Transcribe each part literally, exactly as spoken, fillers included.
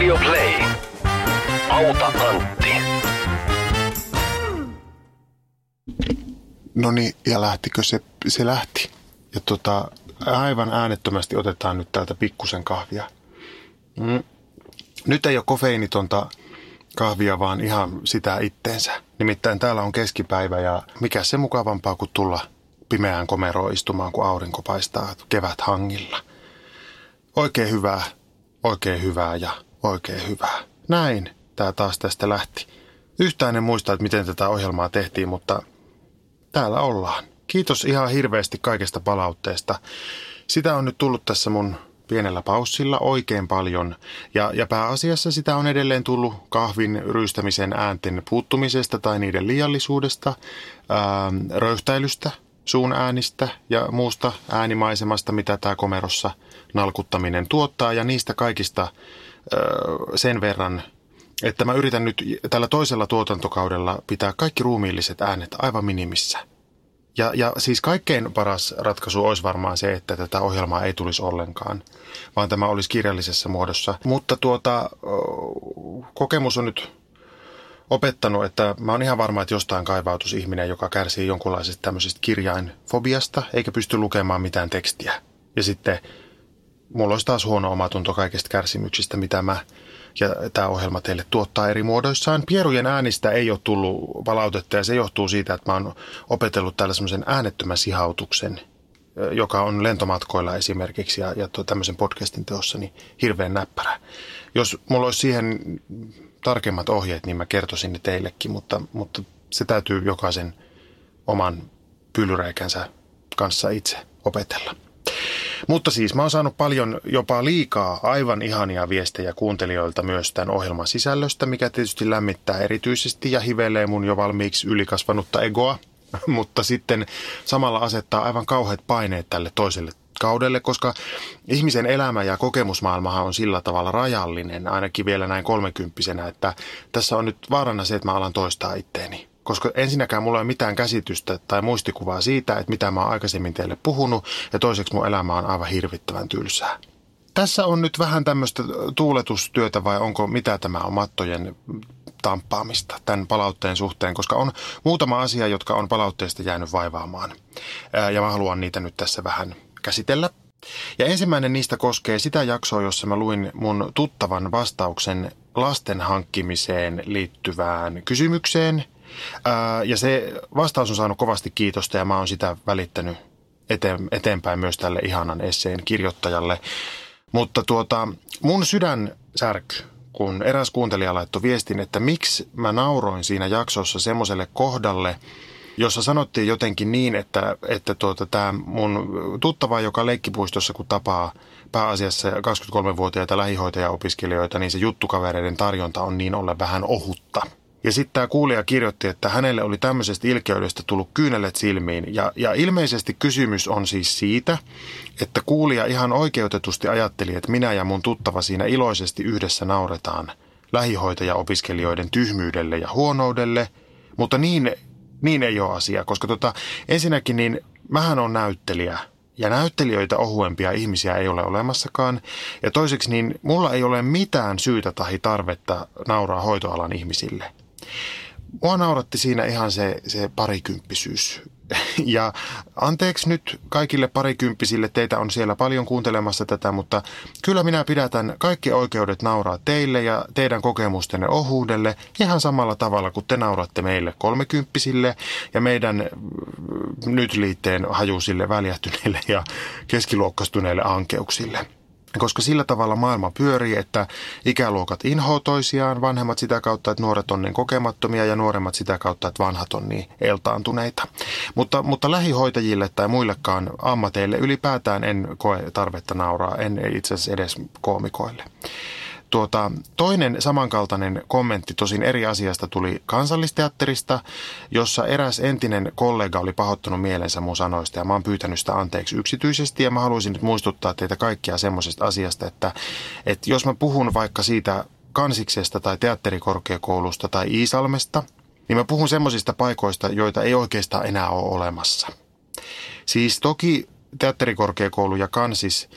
Radio Play. Auta Antti. No niin, ja lähtikö se? Se lähti. Ja tota, aivan äänettömästi otetaan nyt täältä pikkusen kahvia. Mm. Nyt ei ole kofeiinitonta kahvia, vaan ihan sitä itteensä. Nimittäin täällä on keskipäivä ja mikä se mukavampaa kuin tulla pimeään komeroon istumaan, kun aurinko paistaa kevät hangilla. Oikein hyvää, oikein hyvää ja oikein hyvää. Näin tää taas tästä lähti. Yhtään en muista, että miten tätä ohjelmaa tehtiin, mutta täällä ollaan. Kiitos ihan hirveästi kaikesta palautteesta. Sitä on nyt tullut tässä mun pienellä paussilla oikein paljon. Ja, ja pääasiassa sitä on edelleen tullut kahvin ryystämisen äänten puuttumisesta tai niiden liiallisuudesta, ää, röyhtäilystä, suun äänistä ja muusta äänimaisemasta, mitä tämä komerossa nalkuttaminen tuottaa. Ja niistä kaikista ää, sen verran, että mä yritän nyt tällä toisella tuotantokaudella pitää kaikki ruumiilliset äänet aivan minimissä. Ja, ja siis kaikkein paras ratkaisu olisi varmaan se, että tätä ohjelmaa ei tulisi ollenkaan, vaan tämä olisi kirjallisessa muodossa. Mutta tuota, kokemus on nyt opettanut, että mä oon ihan varma, että jostain kaivautus ihminen, joka kärsii jonkunlaisesta tämmöisestä kirjainfobiasta, eikä pysty lukemaan mitään tekstiä. Ja sitten mulla olisi taas huono omatunto kaikista kärsimyksistä, mitä mä ja tämä ohjelma teille tuottaa eri muodoissaan. Pierujen äänistä ei ole tullut palautetta ja se johtuu siitä, että mä oon opetellut täällä semmoisen äänettömän sihautuksen, joka on lentomatkoilla esimerkiksi ja, ja tämmöisen podcastin teossa niin hirveän näppärä. Jos mulla olisi siihen tarkemmat ohjeet, niin mä kertoisin ne teillekin, mutta, mutta se täytyy jokaisen oman pyllyreikänsä kanssa itse opetella. Mutta siis mä oon saanut paljon, jopa liikaa, aivan ihania viestejä kuuntelijoilta myös tämän ohjelman sisällöstä, mikä tietysti lämmittää erityisesti ja hivelee mun jo valmiiksi ylikasvanutta egoa, mutta sitten samalla asettaa aivan kauheat paineet tälle toiselle kaudelle, koska ihmisen elämä ja kokemusmaailmahan on sillä tavalla rajallinen, ainakin vielä näin kolmekymppisenä, että tässä on nyt vaarana se, että mä alan toistaa itteeni. Koska ensinnäkään mulla ei ole mitään käsitystä tai muistikuvaa siitä, että mitä mä oon aikaisemmin teille puhunut, ja toiseksi mun elämä on aivan hirvittävän tylsää. Tässä on nyt vähän tämmöistä tuuletustyötä vai onko mitä tämä on mattojen tamppaamista tämän palautteen suhteen, koska on muutama asia, jotka on palautteesta jäänyt vaivaamaan. Ja mä haluan niitä nyt tässä vähän käsitellä. Ja ensimmäinen niistä koskee sitä jaksoa, jossa mä luin mun tuttavan vastauksen lasten hankkimiseen liittyvään kysymykseen. Ja se vastaus on saanut kovasti kiitosta ja mä oon sitä välittänyt eteenpäin myös tälle ihanan esseen kirjoittajalle. Mutta tuota, mun sydän särky, kun eräs kuuntelija laittoi viestin, että miksi mä nauroin siinä jaksossa semmoiselle kohdalle, jossa sanottiin jotenkin niin, että, että tuota, tämä mun tuttava, joka leikkipuistossa kun tapaa pääasiassa kaksikymmentäkolmevuotiaita lähihoitajaopiskelijoita, niin se juttukavereiden tarjonta on niin ollen vähän ohutta. Ja sitten tämä kuulija kirjoitti, että hänelle oli tämmöisestä ilkeydestä tullut kyynelet silmiin. Ja, ja ilmeisesti kysymys on siis siitä, että kuulija ihan oikeutetusti ajatteli, että minä ja mun tuttava siinä iloisesti yhdessä nauretaan lähihoitajaopiskelijoiden tyhmyydelle ja huonoudelle. Mutta niin, niin ei ole asia, koska tota, ensinnäkin niin mähän on näyttelijä. Ja näyttelijöitä ohuempia ihmisiä ei ole olemassakaan. Ja toiseksi niin mulla ei ole mitään syytä tai tarvetta nauraa hoitoalan ihmisille. Mua nauratti siinä ihan se, se parikymppisyys. Ja anteeksi nyt kaikille parikymppisille, teitä on siellä paljon kuuntelemassa tätä, mutta kyllä minä pidätän kaikki oikeudet nauraa teille ja teidän kokemustenne ohuudelle ihan samalla tavalla kuin te nauratte meille kolmekymppisille ja meidän nyt liitteen hajuisille, väljähtyneille ja keskiluokkastuneille ankeuksille. Koska sillä tavalla maailma pyörii, että ikäluokat inhoo toisiaan, vanhemmat sitä kautta, että nuoret on niin kokemattomia ja nuoremmat sitä kautta, että vanhat on niin eltaantuneita. Mutta, mutta lähihoitajille tai muillekaan ammateille ylipäätään en koe tarvetta nauraa, en itse asiassa edes koomikoille. Tuota, toinen samankaltainen kommentti tosin eri asiasta tuli Kansallisteatterista, jossa eräs entinen kollega oli pahoittanut mielensä mun sanoista ja mä oon pyytänyt sitä anteeksi yksityisesti ja mä haluaisin nyt muistuttaa teitä kaikkia semmoisesta asiasta, että, että jos mä puhun vaikka siitä Kansiksesta tai teatterikorkeakoulusta tai Iisalmesta, niin mä puhun semmoisista paikoista, joita ei oikeastaan enää ole olemassa. Siis toki teatterikorkeakoulu ja Kansis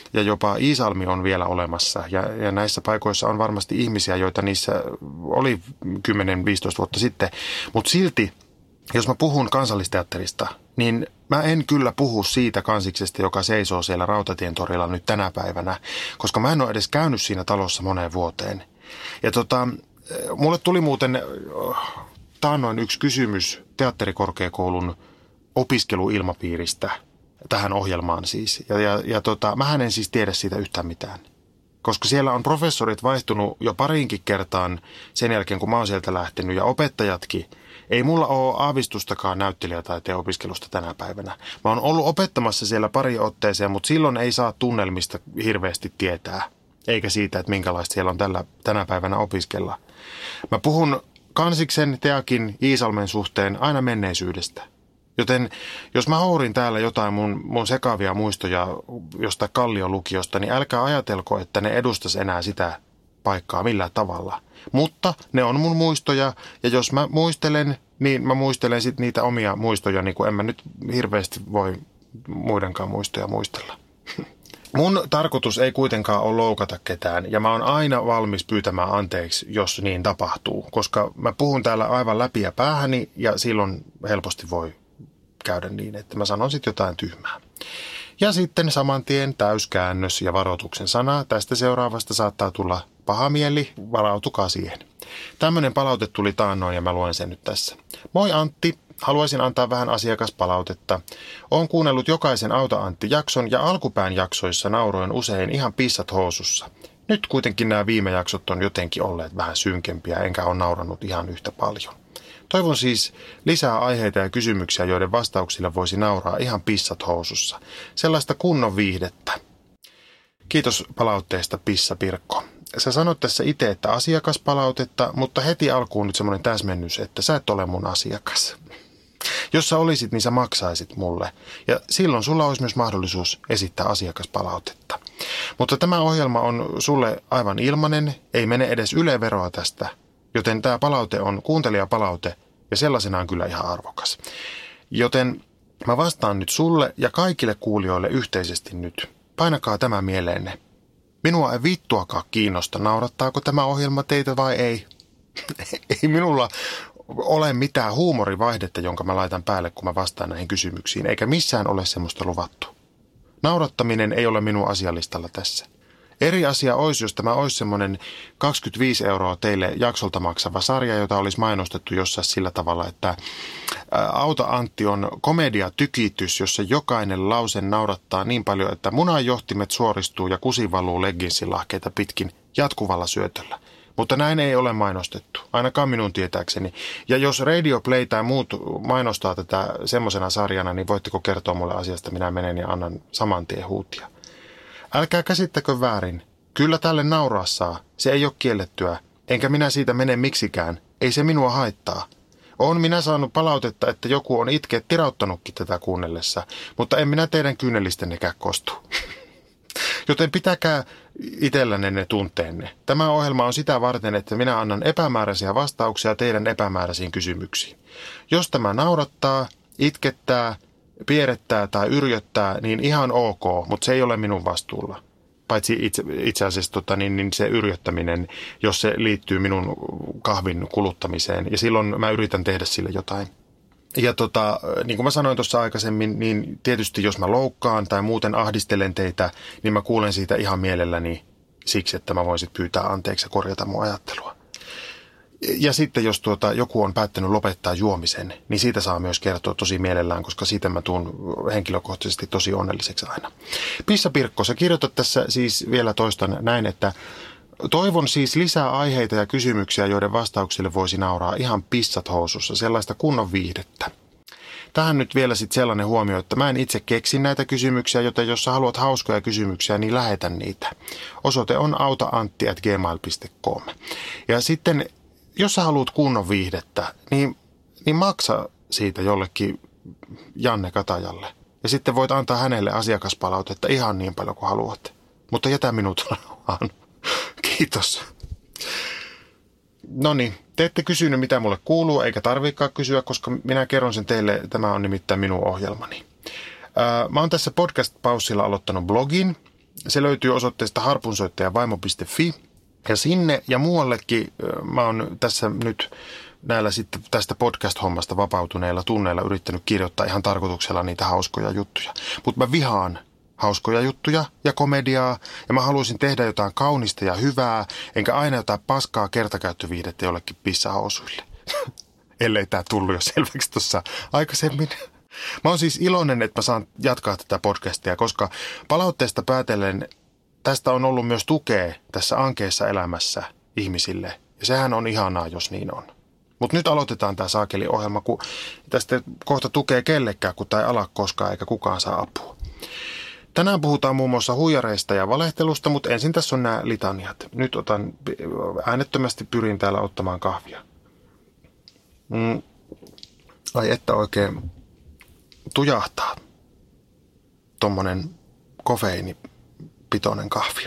ja jopa Iisalmi on vielä olemassa. Ja, ja näissä paikoissa on varmasti ihmisiä, joita niissä oli kymmenen viisitoista vuotta sitten. Mutta silti, jos mä puhun Kansallisteatterista, niin mä en kyllä puhu siitä kansiksesta, joka seisoo siellä Rautatientorilla nyt tänä päivänä, koska mä en ole edes käynyt siinä talossa moneen vuoteen. Ja tota, mulle tuli muuten taannoin yksi kysymys teatterikorkeakoulun opiskeluilmapiiristä tähän ohjelmaan siis. Ja, ja, ja tota, mähän en siis tiedä siitä yhtään mitään. Koska siellä on professorit vaihtunut jo pariinkin kertaan sen jälkeen, kun mä oon sieltä lähtenyt, ja opettajatkin. Ei mulla ole aavistustakaan näyttelijätaiteen opiskelusta tänä päivänä. Mä oon ollut opettamassa siellä pari otteeseen, mutta silloin ei saa tunnelmista hirveästi tietää. Eikä siitä, että minkälaista siellä on tällä, tänä päivänä opiskella. Mä puhun Kansiksen, Teakin, Iisalmen suhteen aina menneisyydestä. Joten jos mä hourin täällä jotain mun, mun sekaavia muistoja jostain Kalliolukiosta, niin älkää ajatelko, että ne edustas enää sitä paikkaa millään tavalla. Mutta ne on mun muistoja, ja jos mä muistelen, niin mä muistelen sitten niitä omia muistoja, niin kuin en mä nyt hirveästi voi muidenkaan muistoja muistella. Mun tarkoitus ei kuitenkaan ole loukata ketään, ja mä oon aina valmis pyytämään anteeksi, jos niin tapahtuu, koska mä puhun täällä aivan läpi ja päähäni, ja silloin helposti voi käydä niin, että mä sanon sitten jotain tyhmää. Ja sitten saman tien täyskäännös ja varoituksen sana. Tästä seuraavasta saattaa tulla paha mieli, varautukaa siihen. Tämmöinen palaute tuli taannoin ja mä luen sen nyt tässä. Moi Antti, haluaisin antaa vähän asiakaspalautetta. Olen kuunnellut jokaisen Auta Antti-jakson ja alkupään jaksoissa nauroin usein ihan pissat housussa. Nyt kuitenkin nämä viime jaksot on jotenkin olleet vähän synkempiä, enkä ole naurannut ihan yhtä paljon. Toivon siis lisää aiheita ja kysymyksiä, joiden vastauksilla voisi nauraa ihan pissat housussa. Sellaista kunnon viihdettä. Kiitos palautteesta, Pissa Pirkko. Sä sanoit tässä itse, että asiakaspalautetta, mutta heti alkuun nyt semmoinen täsmennys, että sä et ole mun asiakas. Jos sä olisit, niin sä maksaisit mulle. Ja silloin sulla olisi myös mahdollisuus esittää asiakaspalautetta. Mutta tämä ohjelma on sulle aivan ilmainen, ei mene edes Yle-veroa tästä. Joten tämä palaute on kuuntelijapalaute ja sellaisenaan kyllä ihan arvokas. Joten mä vastaan nyt sulle ja kaikille kuulijoille yhteisesti nyt. Painakaa tämä mieleenne. Minua ei vittuakaan kiinnosta, naurattaako tämä ohjelma teitä vai ei. Ei minulla ole mitään huumorivaihdetta, jonka mä laitan päälle, kun mä vastaan näihin kysymyksiin, eikä missään ole semmoista luvattu. Naurattaminen ei ole minun asialistalla tässä. Eri asia olisi, jos tämä olisi semmoinen kaksikymmentäviisi euroa teille jaksolta maksava sarja, jota olisi mainostettu jossain sillä tavalla, että Auta Antti on komediatykitys, jossa jokainen lause naurattaa niin paljon, että munanjohtimet suoristuu ja kusi valuu legginsilahkeita pitkin jatkuvalla syötöllä. Mutta näin ei ole mainostettu, ainakaan minun tietääkseni. Ja jos Radio Play tai muut mainostaa tätä semmoisena sarjana, niin voitteko kertoa mulle asiasta, minä menen ja annan saman tien huutia. Älkää käsittäkö väärin. Kyllä tälle nauraa saa. Se ei ole kiellettyä. Enkä minä siitä mene miksikään. Ei se minua haittaa. Oon minä saanut palautetta, että joku on itkeet tirauttanutkin tätä kuunnellessa, mutta en minä teidän kyynelistennekään kostu. Joten pitäkää itsellänne ne tunteenne. Tämä ohjelma on sitä varten, että minä annan epämääräisiä vastauksia teidän epämääräisiin kysymyksiin. Jos tämä naurattaa, itkettää, pierrettää tai yrjöttää, niin ihan ok, mutta se ei ole minun vastuulla. Paitsi itse, itse asiassa tota, niin, niin se yrjöttäminen, jos se liittyy minun kahvin kuluttamiseen. Ja silloin mä yritän tehdä sille jotain. Ja tota, niin kuin mä sanoin tuossa aikaisemmin, niin tietysti jos mä loukkaan tai muuten ahdistelen teitä, niin mä kuulen siitä ihan mielelläni siksi, että mä voisin pyytää anteeksi ja korjata mun ajattelua. Ja sitten jos tuota, joku on päättänyt lopettaa juomisen, niin siitä saa myös kertoa tosi mielellään, koska siitä mä tuun henkilökohtaisesti tosi onnelliseksi aina. Pissa Pirkko, sä kirjoitat tässä siis vielä toistan näin, että toivon siis lisää aiheita ja kysymyksiä, joiden vastauksille voisi nauraa ihan pissat housussa, sellaista kunnon viihdettä. Tähän nyt vielä sitten sellainen huomio, että mä en itse keksi näitä kysymyksiä, joten jos sä haluat hauskoja kysymyksiä, niin lähetä niitä. Osoite on autaantti at gmail piste com. Ja sitten jos sä haluat kunnon viihdettä, niin, niin maksa siitä jollekin Janne Katajalle. Ja sitten voit antaa hänelle asiakaspalautetta ihan niin paljon kuin haluat. Mutta jätä minut rauhaan. Kiitos. No niin, te ette kysynyt mitä mulle kuuluu, eikä tarviikaan kysyä, koska minä kerron sen teille. Tämä on nimittäin minun ohjelmani. Ää, mä oon tässä podcast-paussilla aloittanut blogin, Se löytyy osoitteesta harpunsoittajavaimo piste fi. Ja sinne ja muuallekin mä oon tässä nyt näillä sitten tästä podcast-hommasta vapautuneilla tunneilla yrittänyt kirjoittaa ihan tarkoituksella niitä hauskoja juttuja. Mutta mä vihaan hauskoja juttuja ja komediaa, ja mä haluaisin tehdä jotain kaunista ja hyvää, enkä aina jotain paskaa kertakäyttöviihdettä jollekin pissahousuille. Ellei tää tullut jo selväksi tuossa aikaisemmin. Mä oon siis iloinen, että mä saan jatkaa tätä podcastia, koska palautteesta päätellen tästä on ollut myös tukea tässä ankeessa elämässä ihmisille. Ja sehän on ihanaa, jos niin on. Mutta nyt aloitetaan tämä saakeli-ohjelma, kun tästä kohta tukee kellekään, kun tämä ei ala koskaan eikä kukaan saa apua. Tänään puhutaan muun muassa huijareista ja valehtelusta, mutta ensin tässä on nämä litaniat. Nyt otan, äänettömästi pyrin täällä ottamaan kahvia. Mm. Ai että oikein tujahtaa tommonen kofeiinipitoinen kahvi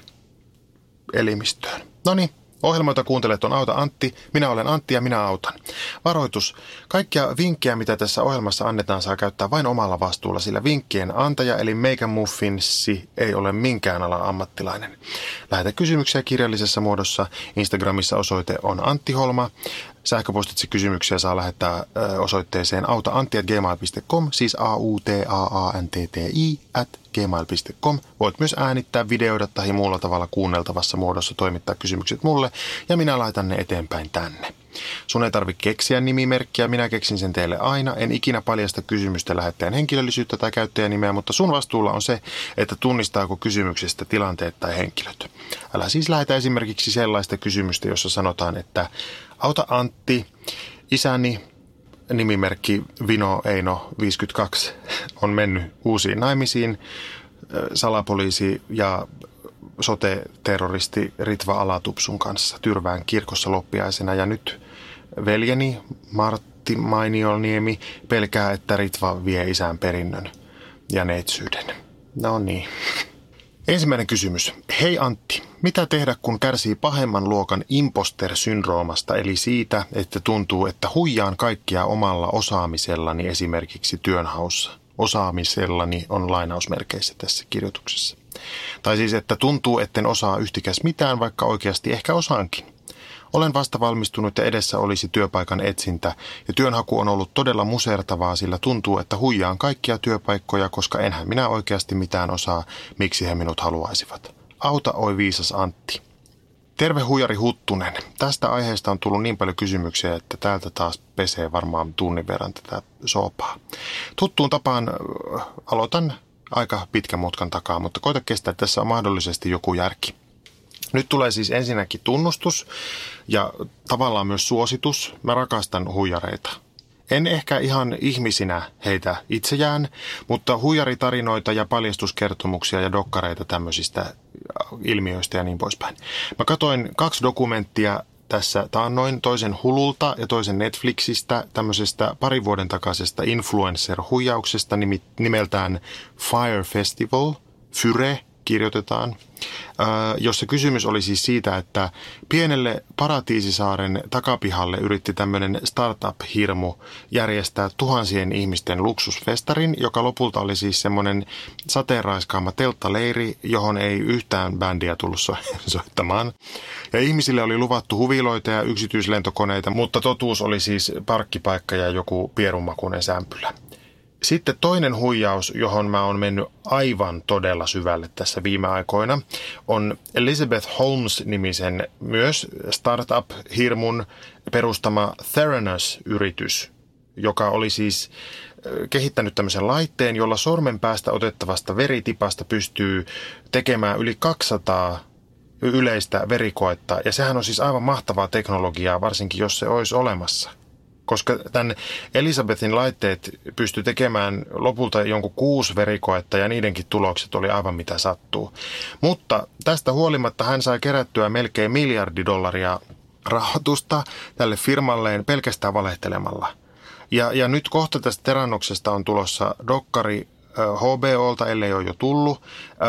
elimistöön. Noniin. Ohjelma, jota kuuntelet, on Auta Antti. Minä olen Antti ja minä autan. Varoitus. Kaikkia vinkkejä, mitä tässä ohjelmassa annetaan, saa käyttää vain omalla vastuulla, sillä vinkkien antaja eli Meikä Muffinsi ei ole minkään alan ammattilainen. Lähetä kysymyksiä kirjallisessa muodossa. Instagramissa osoite on Antti Holma. Sähköpostitse kysymyksiä saa lähettää osoitteeseen autaantti at gmail piste com, siis a u t a a n t t i at gmail piste com. Voit myös äänittää, videoida tai muulla tavalla kuunneltavassa muodossa toimittaa kysymykset mulle ja minä laitan ne eteenpäin tänne. Sun ei tarvitse keksiä nimimerkkiä, minä keksin sen teille aina. En ikinä paljasta kysymystä lähettäjän henkilöllisyyttä tai käyttäjänimeä, mutta sun vastuulla on se, että tunnistaako kysymyksestä tilanteet tai henkilöt. Älä siis lähetä esimerkiksi sellaista kysymystä, jossa sanotaan, että auta Antti, isäni, nimimerkki Vino Eino viisikymmentäkaksi, on mennyt uusiin naimisiin, salapoliisi ja sote-terroristi Ritva Alatupsun kanssa Tyrvään kirkossa loppiaisena ja nyt veljeni Martti Mainiolniemi pelkää, että Ritva vie isän perinnön ja neitsyyden. No niin. Ensimmäinen kysymys. Hei Antti, mitä tehdä kun kärsii pahemman luokan imposter-syndroomasta, eli siitä, että tuntuu, että huijaan kaikkia omalla osaamisellani esimerkiksi työnhaussa? Osaamisellani on lainausmerkeissä tässä kirjoituksessa. Tai siis, että tuntuu, etten osaa yhtikäs mitään, vaikka oikeasti ehkä osaankin. Olen vasta valmistunut ja edessä olisi työpaikan etsintä, ja työnhaku on ollut todella musertavaa, sillä tuntuu, että huijaan kaikkia työpaikkoja, koska enhän minä oikeasti mitään osaa, miksi he minut haluaisivat. Auta oi viisas Antti. Terve huijari Huttunen. Tästä aiheesta on tullut niin paljon kysymyksiä, että täältä taas pesee varmaan tunnin verran tätä soopaa. Tuttuun tapaan äh, aloitan aika pitkän mutkan takaa, mutta koita kestää, että tässä on mahdollisesti joku järki. Nyt tulee siis ensinnäkin tunnustus ja tavallaan myös suositus. Mä rakastan huijareita. En ehkä ihan ihmisinä heitä itseään, mutta huijaritarinoita ja paljastuskertomuksia ja dokkareita tämmöisistä ilmiöistä ja niin poispäin. Mä katsoin kaksi dokumenttia tässä taannoin, toisen Hululta ja toisen Netflixistä, tämmöisestä parin vuoden takaisesta influencer-huijauksesta nimeltään Fire Festival, Fyre kirjoitetaan, jossa kysymys oli siis siitä, että pienelle Paratiisisaaren takapihalle yritti tämmöinen startup-hirmu järjestää tuhansien ihmisten luksusfestarin, joka lopulta oli siis semmoinen sateenraiskaama telttaleiri, johon ei yhtään bändiä tullut soittamaan. Ja ihmisille oli luvattu huviloita ja yksityislentokoneita, mutta totuus oli siis parkkipaikka ja joku pierunmakuinen sämpylä. Sitten toinen huijaus, johon mä oon mennyt aivan todella syvälle tässä viime aikoina, on Elizabeth Holmes-nimisen myös startup-hirmun perustama Theranos-yritys, joka oli siis kehittänyt tämmöisen laitteen, jolla sormen päästä otettavasta veritipasta pystyy tekemään yli kaksisataa yleistä verikoetta. Ja sehän on siis aivan mahtavaa teknologiaa, varsinkin jos se olisi olemassa. Koska tämän Elisabethin laitteet pystyi tekemään lopulta jonkun kuusi verikoetta ja niidenkin tulokset oli aivan mitä sattuu. Mutta tästä huolimatta hän sai kerättyä melkein miljardi dollaria rahoitusta tälle firmalleen pelkästään valehtelemalla. Ja, ja nyt kohta tästä Teranoksesta on tulossa dokkari H B O:lta, ellei ole jo tullut.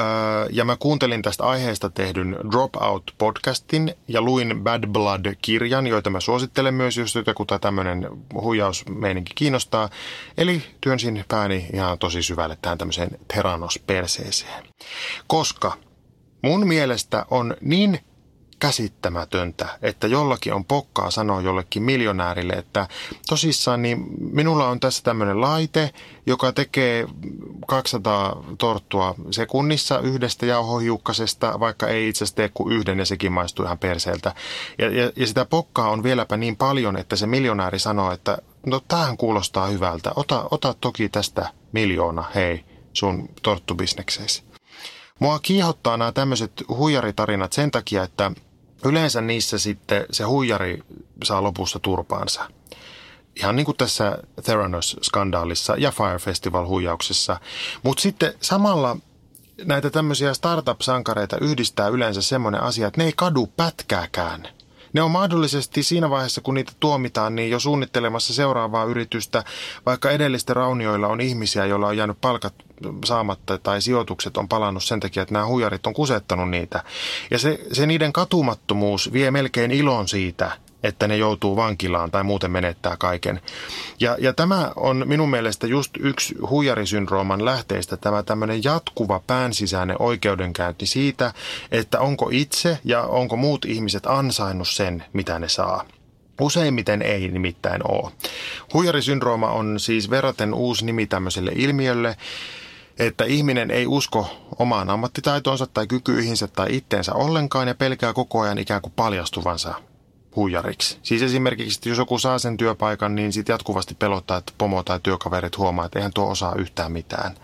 Ja mä kuuntelin tästä aiheesta tehdyn Dropout-podcastin ja luin Bad Blood-kirjan, joita mä suosittelen myös, jos joku tämmöinen huijausmeininki kiinnostaa. Eli työnsin pääni ihan tosi syvälle tähän tämmöiseen Theranos-perseeseen. Koska Mun mielestä on niin käsittämätöntä, että jollakin on pokkaa sanoa jollekin miljonäärille, että tosissaan niin minulla on tässä tämmöinen laite, joka tekee kaksisataa torttua sekunnissa yhdestä jauhohiukkasesta, vaikka ei itse asiassa tee kuin yhden ja sekin maistuu ihan perseeltä. Ja, ja, ja sitä pokkaa on vieläpä niin paljon, että se miljonääri sanoo, että no tämähän kuulostaa hyvältä, ota, ota toki tästä miljoona, hei, sun torttubisnekseesi. Mua kiihottaa nämä tämmöiset huijaritarinat sen takia, että yleensä niissä sitten se huijari saa lopussa turpaansa. Ihan niin kuin tässä Theranos-skandaalissa ja Fire Festival-huijauksessa. Mutta sitten samalla näitä tämmöisiä startup-sankareita yhdistää yleensä semmoinen asia, että ne ei kadu pätkääkään. Ne on mahdollisesti siinä vaiheessa, kun niitä tuomitaan, niin jo suunnittelemassa seuraavaa yritystä, vaikka edellisten raunioilla on ihmisiä, joilla on jäänyt palkat saamatta tai sijoitukset on palannut sen takia, että nämä huijarit on kusettanut niitä. Ja se, se niiden katumattomuus vie melkein ilon siitä, että ne joutuu vankilaan tai muuten menettää kaiken. Ja, ja tämä on minun mielestä just yksi huijarisyndrooman lähteistä, tämä tämmöinen jatkuva päänsisäinen oikeudenkäynti siitä, että onko itse ja onko muut ihmiset ansainnut sen, mitä ne saa. Useimmiten ei nimittäin ole. Huijarisyndrooma on siis verraten uusi nimi tämmöiselle ilmiölle, että ihminen ei usko omaan ammattitaitoonsa tai kykyihinsä tai itteensä ollenkaan ja pelkää koko ajan ikään kuin paljastuvansa huijariksi. Siis esimerkiksi, että jos joku saa sen työpaikan, niin sitten jatkuvasti pelottaa, että pomo tai työkaverit huomaa, että eihän tuo osaa yhtään mitään.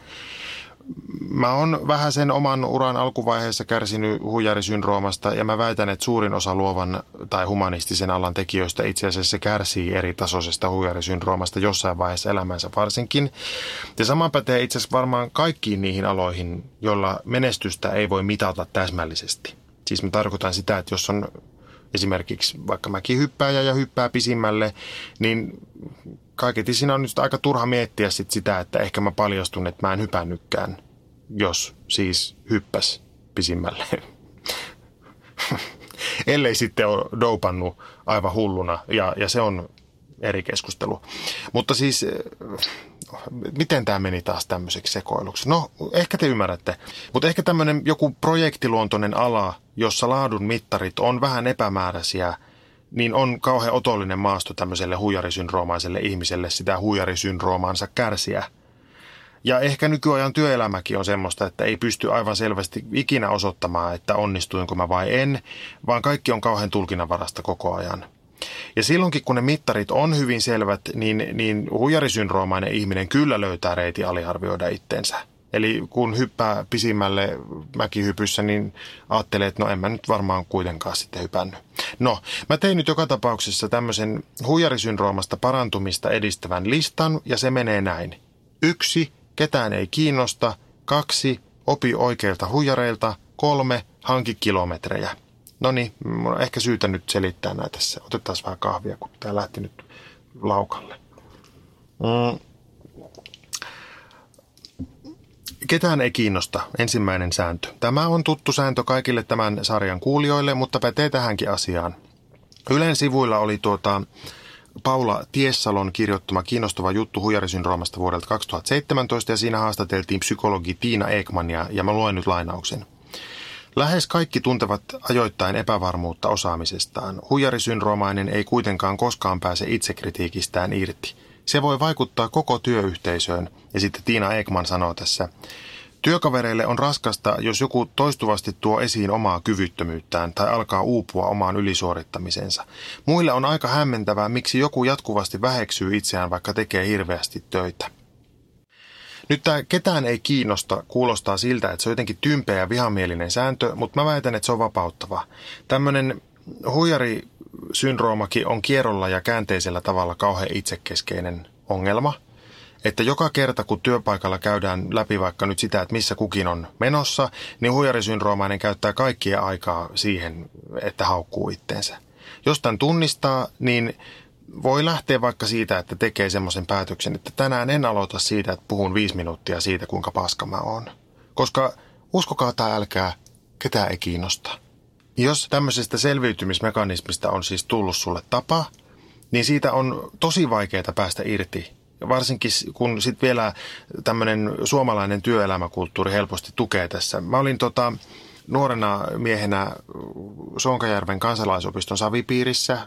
Mä oon vähän sen oman uran alkuvaiheessa kärsinyt huijarisyndroomasta ja mä väitän, että suurin osa luovan tai humanistisen alan tekijöistä itse asiassa kärsii eri tasoisesta huijarisyndroomasta jossain vaiheessa elämänsä varsinkin. Ja sama pätee itse asiassa varmaan kaikkiin niihin aloihin, joilla menestystä ei voi mitata täsmällisesti. Siis mä tarkoitan sitä, että jos on esimerkiksi vaikka mäkihyppääjä ja hyppää pisimmälle, niin kaiketi siinä on nyt aika turha miettiä sit sitä, että ehkä mä paljastun, että mä en hypännytkään, jos siis hyppäs pisimmälle. Ellei sitten ole doupannut aivan hulluna, ja, ja se on eri keskustelu. Mutta siis, miten tämä meni taas tämmöiseksi sekoiluksi? No, ehkä te ymmärrätte. Mutta ehkä tämmöinen joku projektiluontoinen ala, jossa laadun mittarit on vähän epämääräisiä, niin on kauhean otollinen maasto tämmöiselle huijarisyndroomaiselle ihmiselle sitä huijarisyndroomaansa kärsiä. Ja ehkä nykyajan työelämäkin on semmoista, että ei pysty aivan selvästi ikinä osoittamaan, että onnistuinko mä vai en, vaan kaikki on kauhean tulkinnanvarasta koko ajan. Ja silloinkin, kun ne mittarit on hyvin selvät, niin, niin huijarisyndroomainen ihminen kyllä löytää reitin aliarvioida itsensä. Eli kun hyppää pisimmälle mäkihypyssä, niin ajattelee, että no en mä nyt varmaan kuitenkaan sitten hypännyt. No, mä tein nyt joka tapauksessa tämmöisen huijarisyndroomasta parantumista edistävän listan, ja se menee näin. Yksi, ketään ei kiinnosta. Kaksi, opi oikeilta huijareilta. Kolme, hanki kilometrejä. No niin, mun on ehkä syytä nyt selittää näitä tässä. Otetaan vähän kahvia, kun tää lähti nyt laukalle. Mm. Ketään ei kiinnosta. Ensimmäinen sääntö. Tämä on tuttu sääntö kaikille tämän sarjan kuulijoille, mutta pätee tähänkin asiaan. Ylen sivuilla oli tuota Paula Tiessalon kirjoittama kiinnostava juttu huijarisyndroomasta vuodelta kaksituhattaseitsemäntoista, ja siinä haastateltiin psykologi Tiina Ekmania, ja mä luen nyt lainauksen. Lähes kaikki tuntevat ajoittain epävarmuutta osaamisestaan. Huijarisyndroomainen ei kuitenkaan koskaan pääse itsekritiikistään irti. Se voi vaikuttaa koko työyhteisöön, ja sitten Tiina Ekman sanoo tässä. Työkavereille on raskasta, jos joku toistuvasti tuo esiin omaa kyvyttömyyttään tai alkaa uupua omaan ylisuorittamisensa. Muille on aika hämmentävää, miksi joku jatkuvasti väheksyy itseään, vaikka tekee hirveästi töitä. Nyt tämä ketään ei kiinnosta kuulostaa siltä, että se on jotenkin tympeä ja vihamielinen sääntö, mutta mä väitän, että se on vapauttava. Tämmöinen huijarisyndroomakin on kierrolla ja käänteisellä tavalla kauhean itsekeskeinen ongelma. Että joka kerta, kun työpaikalla käydään läpi vaikka nyt sitä, että missä kukin on menossa, niin huijarisyndroomainen käyttää kaikkia aikaa siihen, että haukkuu itteensä. Jos tämän tunnistaa, niin voi lähteä vaikka siitä, että tekee semmoisen päätöksen, että tänään en aloita siitä, että puhun viisi minuuttia siitä, kuinka paska mä oon. Koska uskokaa tai älkää, ketään ei kiinnosta. Jos tämmöisestä selviytymismekanismista on siis tullut sulle tapa, niin siitä on tosi vaikeaa päästä irti. Varsinkin kun sitten vielä tämmöinen suomalainen työelämäkulttuuri helposti tukee tässä. Mä olin tota, nuorena miehenä Sonkajärven kansalaisopiston savipiirissä,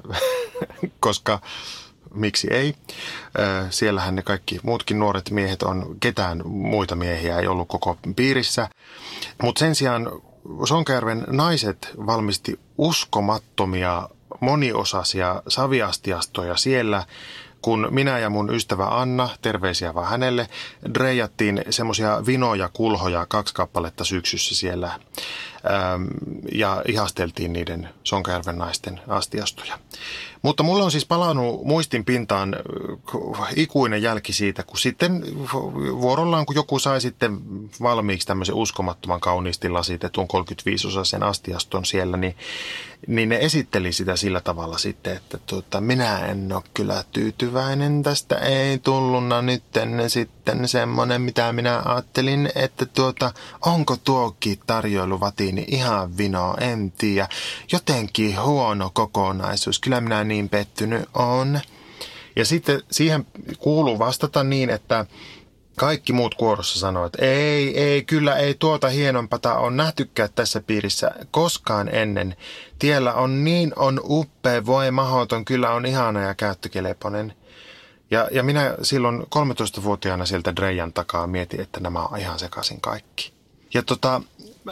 koska miksi ei. Siellähän ne kaikki muutkin nuoret miehet on, ketään muita miehiä ei ollut koko piirissä. Mutta sen sijaan Sonkajärven naiset valmisti uskomattomia moniosaisia saviastiastoja siellä, kun minä ja mun ystävä Anna, terveisiä vaan hänelle, dreijattiin semmoisia vinoja kulhoja kaksi kappaletta syksyssä siellä ähm, ja ihasteltiin niiden Sonkajärven naisten astiastoja. Mutta mulla on siis palannut muistin pintaan ikuinen jälki siitä, kun sitten vuorollaan, kun joku sai sitten valmiiksi tämmöisen uskomattoman kauniisti lasitetun kolmekymmentäviisi-osaisen astiaston siellä, niin, niin ne esitteli sitä sillä tavalla sitten, että tuota, minä en ole kyllä tyytyväinen, tästä ei tulluna nyt ennen sitten semmoinen, mitä minä ajattelin, että tuota, onko tuokin tarjoiluvatiini ihan vino, en tiedä, jotenkin huono kokonaisuus, kyllä minä niin pettynyt on. Ja sitten siihen kuuluu vastata niin, että kaikki muut kuorossa sanoo, että ei, ei, kyllä ei tuota hienompata ole nähtykään tässä piirissä koskaan ennen. Tiellä on niin on uppea, voi mahoton, kyllä on ihana ja käyttökeleponen. Ja, ja minä silloin kolmetoistavuotiaana sieltä Dreijan takaa mietin, että nämä on ihan sekaisin kaikki. Ja tota,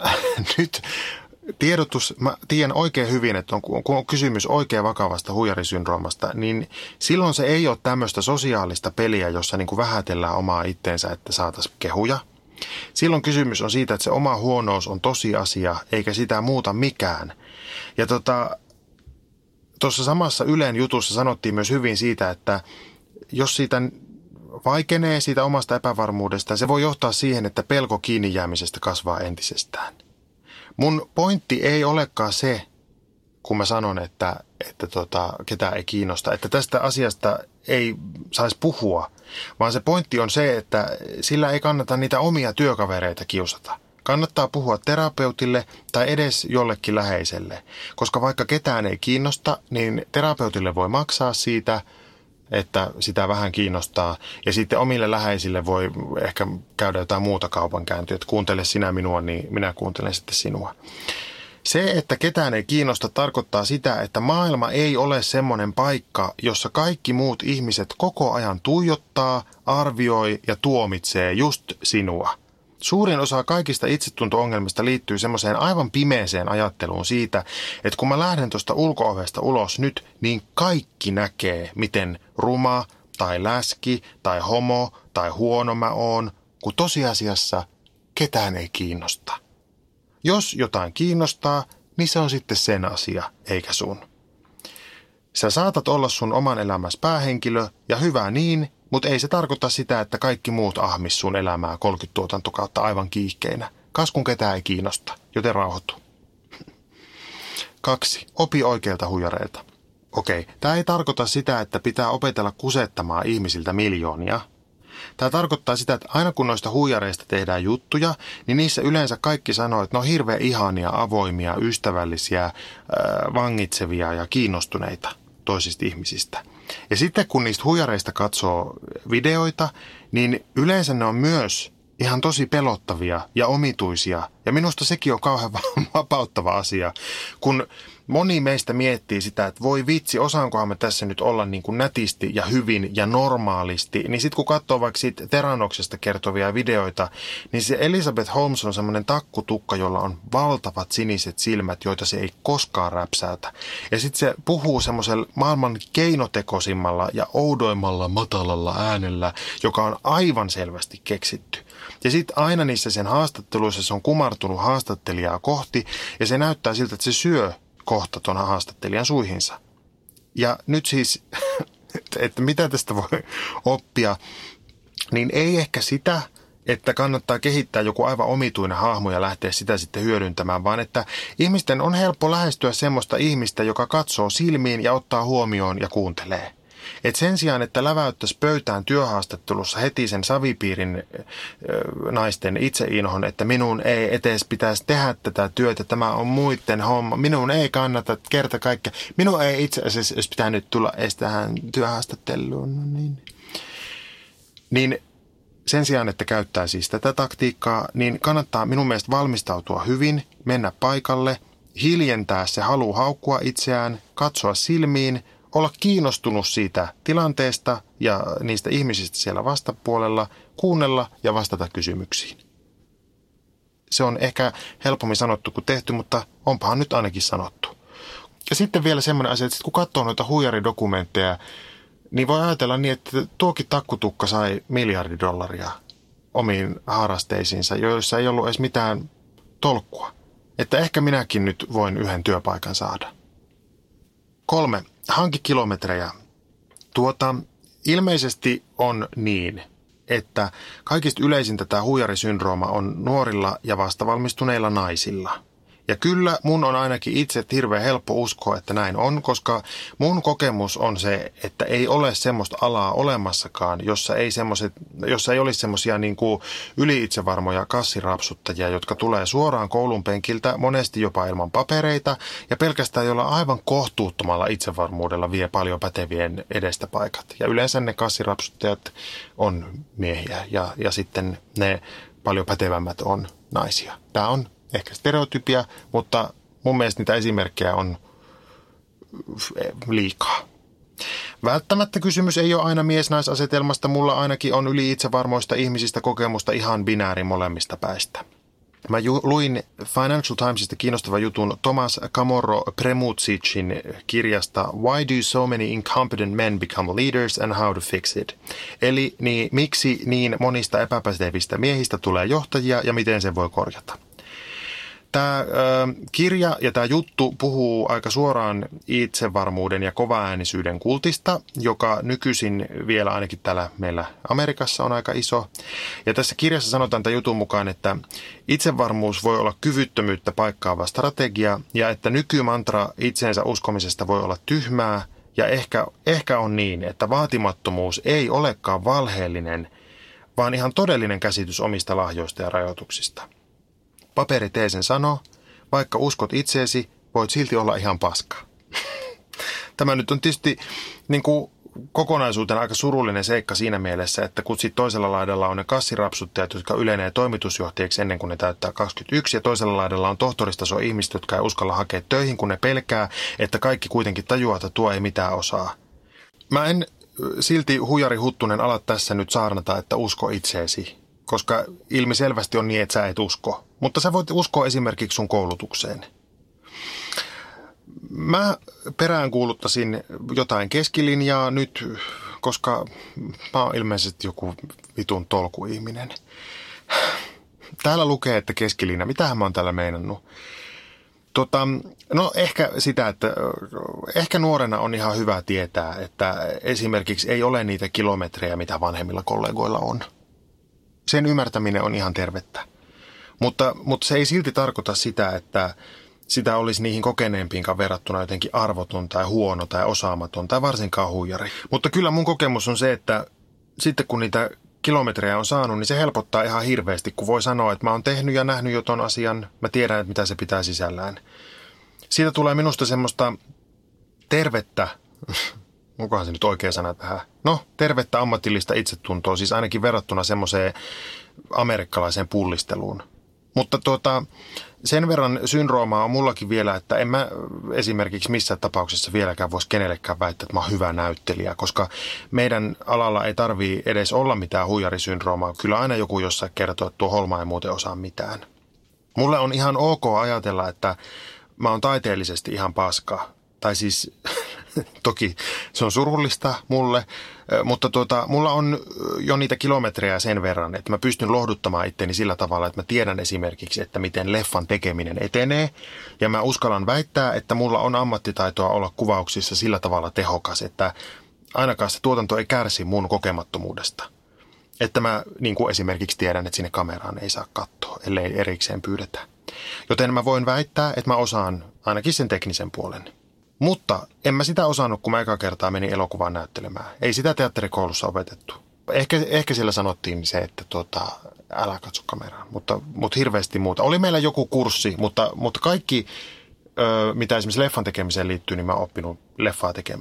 nyt tiedotus, mä tiedän oikein hyvin, että on, kun on kysymys oikein vakavasta huijarisyndroomasta, niin silloin se ei ole tämmöistä sosiaalista peliä, jossa niin kuin vähätellään omaa itteensä, että saataisiin kehuja. Silloin kysymys on siitä, että se oma huonous on tosiasia, eikä sitä muuta mikään. Ja tota, tuossa samassa Ylen jutussa sanottiin myös hyvin siitä, että jos siitä vaikenee siitä omasta epävarmuudesta, se voi johtaa siihen, että pelko kiinni jäämisestä kasvaa entisestään. Mun pointti ei olekaan se, kun mä sanon, että, että tota, ketään ei kiinnosta, että tästä asiasta ei saisi puhua, vaan se pointti on se, että sillä ei kannata niitä omia työkavereita kiusata. Kannattaa puhua terapeutille tai edes jollekin läheiselle, koska vaikka ketään ei kiinnosta, niin terapeutille voi maksaa siitä, että sitä vähän kiinnostaa. Ja sitten omille läheisille voi ehkä käydä jotain muuta kaupankäyntiä, että kuuntele sinä minua, niin minä kuuntelen sitten sinua. Se, että ketään ei kiinnosta, tarkoittaa sitä, että maailma ei ole semmoinen paikka, jossa kaikki muut ihmiset koko ajan tuijottaa, arvioi ja tuomitsee just sinua. Suurin osa kaikista itsetunto-ongelmista liittyy semmoiseen aivan pimeeseen ajatteluun siitä, että kun mä lähden tuosta ulko-ovesta ulos nyt, niin kaikki näkee, miten ruma tai läski tai homo tai huono mä oon, kun tosiasiassa ketään ei kiinnosta. Jos jotain kiinnostaa, niin se on sitten sen asia, eikä sun. Sä saatat olla sun oman elämässä päähenkilö ja hyvä niin, mutta ei se tarkoita sitä, että kaikki muut ahmis sun elämää kolmekymmentä tuotantokautta aivan kiihkeinä. Kas kun ketään ei kiinnosta, joten rauhoitu. Kaksi. Opi oikeilta huijareilta. Okei, tämä ei tarkoita sitä, että pitää opetella kusettamaan ihmisiltä miljoonia. Tämä tarkoittaa sitä, että aina kun noista huijareista tehdään juttuja, niin niissä yleensä kaikki sanoo, että ne on hirveän ihania, avoimia, ystävällisiä, äh, vangitsevia ja kiinnostuneita toisista ihmisistä. Ja sitten kun niistä huijareista katsoo videoita, niin yleensä ne on myös ihan tosi pelottavia ja omituisia. Ja minusta sekin on kauhean vapauttava asia, kun moni meistä miettii sitä, että voi vitsi, osaankohan me tässä nyt olla niin kuin nätisti ja hyvin ja normaalisti. Niin sitten kun katsoo vaikka siitä Teranoksesta kertovia videoita, niin se Elizabeth Holmes on semmoinen takkutukka, jolla on valtavat siniset silmät, joita se ei koskaan räpsäytä. Ja sitten se puhuu semmoisella maailman keinotekosimmalla ja oudoimmalla matalalla äänellä, joka on aivan selvästi keksitty. Ja sitten aina niissä sen haastatteluissa se on kumartunut haastattelijaa kohti ja se näyttää siltä, että se syö kohta tuon haastattelijan suihinsa. Ja nyt siis, että mitä tästä voi oppia, niin ei ehkä sitä, että kannattaa kehittää joku aivan omituinen hahmo ja lähteä sitä sitten hyödyntämään, vaan että ihmisten on helppo lähestyä semmoista ihmistä, joka katsoo silmiin ja ottaa huomioon ja kuuntelee. Et sen sijaan, että läväyttäisi pöytään työhaastattelussa heti sen savipiirin ö, naisten itseinhon, että minun ei etes pitäisi tehdä tätä työtä, tämä on muiden homma, minun ei kannata kerta kaikkea, minun ei itse asiassa olisi pitänyt tulla edes tähän työhaastatteluun, no niin. Niin sen sijaan, että käyttää siis tätä taktiikkaa, niin kannattaa minun mielestä valmistautua hyvin, mennä paikalle, hiljentää se halu haukkua itseään, katsoa silmiin, olla kiinnostunut siitä tilanteesta ja niistä ihmisistä siellä vastapuolella, kuunnella ja vastata kysymyksiin. Se on ehkä helpommin sanottu kuin tehty, mutta onpahan nyt ainakin sanottu. Ja sitten vielä semmoinen asia, että kun katsoo noita huijaridokumentteja, niin voi ajatella niin, että tuokin takkutukka sai miljardi dollaria omiin harrasteisiinsa, joissa ei ollut edes mitään tolkkua. Että ehkä minäkin nyt voin yhden työpaikan saada. Kolme. Hanki kilometrejä. Tuota, ilmeisesti on niin, että kaikista yleisintä tämä huijarisyndrooma on nuorilla ja vastavalmistuneilla naisilla. Ja kyllä mun on ainakin itse hirveän helppo uskoa, että näin on, koska mun kokemus on se, että ei ole semmoista alaa olemassakaan, jossa ei, jossa ei olisi semmoisia niin kuin yli-itsevarmoja kassirapsuttajia, jotka tulee suoraan koulun penkiltä, monesti jopa ilman papereita, ja pelkästään jolla aivan kohtuuttomalla itsevarmuudella vie paljon pätevien edestä paikat. Ja yleensä ne kassirapsuttajat on miehiä, ja, ja sitten ne paljon pätevämmät on naisia. Tämä on ehkä stereotypia, mutta mun mielestä niitä esimerkkejä on liikaa. Välttämättä kysymys ei ole aina mies-naisasetelmasta, mulla ainakin on yli itsevarmoista ihmisistä kokemusta ihan binääri molemmista päistä. Mä ju- luin Financial Timesista kiinnostavan jutun Thomas Camorro Premutsicin kirjasta Why do so many incompetent men become leaders and how to fix it? Eli niin, miksi niin monista epäpätevistä miehistä tulee johtajia ja miten se voi korjata? Tämä ö, kirja ja tämä juttu puhuu aika suoraan itsevarmuuden ja kovaäänisyyden kultista, joka nykyisin vielä ainakin täällä meillä Amerikassa on aika iso. Ja tässä kirjassa sanotaan tämän jutun mukaan, että itsevarmuus voi olla kyvyttömyyttä paikkaava strategia ja että nykymantra itseensä uskomisesta voi olla tyhmää ja ehkä, ehkä on niin, että vaatimattomuus ei olekaan valheellinen, vaan ihan todellinen käsitys omista lahjoista ja rajoituksista. Paperi Teesen sanoo, vaikka uskot itseesi, voit silti olla ihan paska. Tämä nyt on tietysti niin kuin kokonaisuutena aika surullinen seikka siinä mielessä, että kun sit toisella laidalla on ne kassirapsuttajat, jotka yleenee toimitusjohtajiksi ennen kuin ne täyttää kaksikymmentäyksi, ja toisella laidalla on tohtoristaso ihmiset, jotka ei uskalla hakea töihin, kun ne pelkää, että kaikki kuitenkin tajuaa, että tuo ei mitään osaa. Mä en silti huijari Huttunen ala tässä nyt saarnata, että usko itseesi. Koska ilmiselvästi on niin, että sä et usko. Mutta sä voit uskoa esimerkiksi sun koulutukseen. Mä peräänkuuluttaisin jotain keskilinjaa nyt, koska mä oon ilmeisesti joku vitun tolkuihminen. Täällä lukee, että keskilinja. Mitähän mä oon täällä meinannut? Tota, no ehkä sitä, että ehkä nuorena on ihan hyvä tietää, että esimerkiksi ei ole niitä kilometrejä, mitä vanhemmilla kollegoilla on. Sen ymmärtäminen on ihan tervettä. Mutta, mutta se ei silti tarkoita sitä, että sitä olisi niihin kokeneempiinkaan verrattuna jotenkin arvoton tai huono tai osaamaton tai varsinkaan huijari. Mutta kyllä mun kokemus on se, että sitten kun niitä kilometrejä on saanut, niin se helpottaa ihan hirveästi, kun voi sanoa, että mä oon tehnyt ja nähnyt jo ton asian, mä tiedän, että mitä se pitää sisällään. Siitä tulee minusta semmoista tervettä, onkohan se nyt oikea sana tähän, no tervettä ammatillista itsetuntoa, siis ainakin verrattuna semmoiseen amerikkalaiseen pullisteluun. Mutta tuota, sen verran syndroomaa on mullakin vielä, että en mä esimerkiksi missään tapauksessa vieläkään voisi kenellekään väittää, että mä oon hyvä näyttelijä, koska meidän alalla ei tarvii edes olla mitään huijarisyndroomaa. Kyllä aina joku jossain kertoo, että tuo Holma ei muuten osaa mitään. Mulle on ihan ok ajatella, että mä oon taiteellisesti ihan paska. Tai siis toki se on surullista mulle, mutta tuota, mulla on jo niitä kilometrejä sen verran, että mä pystyn lohduttamaan itteni sillä tavalla, että mä tiedän esimerkiksi, että miten leffan tekeminen etenee. Ja mä uskallan väittää, että mulla on ammattitaitoa olla kuvauksissa sillä tavalla tehokas, että ainakaan se tuotanto ei kärsi mun kokemattomuudesta. Että mä niin kuin esimerkiksi tiedän, että sinne kameraan ei saa katsoa, ellei erikseen pyydetä. Joten mä voin väittää, että mä osaan ainakin sen teknisen puolen. Mutta en mä sitä osannut, kun mä eka kertaa menin elokuvaan näyttelemään. Ei sitä teatterikoulussa opetettu. Ehkä, ehkä siellä sanottiin se, että tuota, älä katso kameraan, mutta, mutta hirveästi muuta. Oli meillä joku kurssi, mutta, mutta kaikki, ö, mitä esimerkiksi leffan tekemiseen liittyy, niin mä oon oppinut leffaa tekemällä.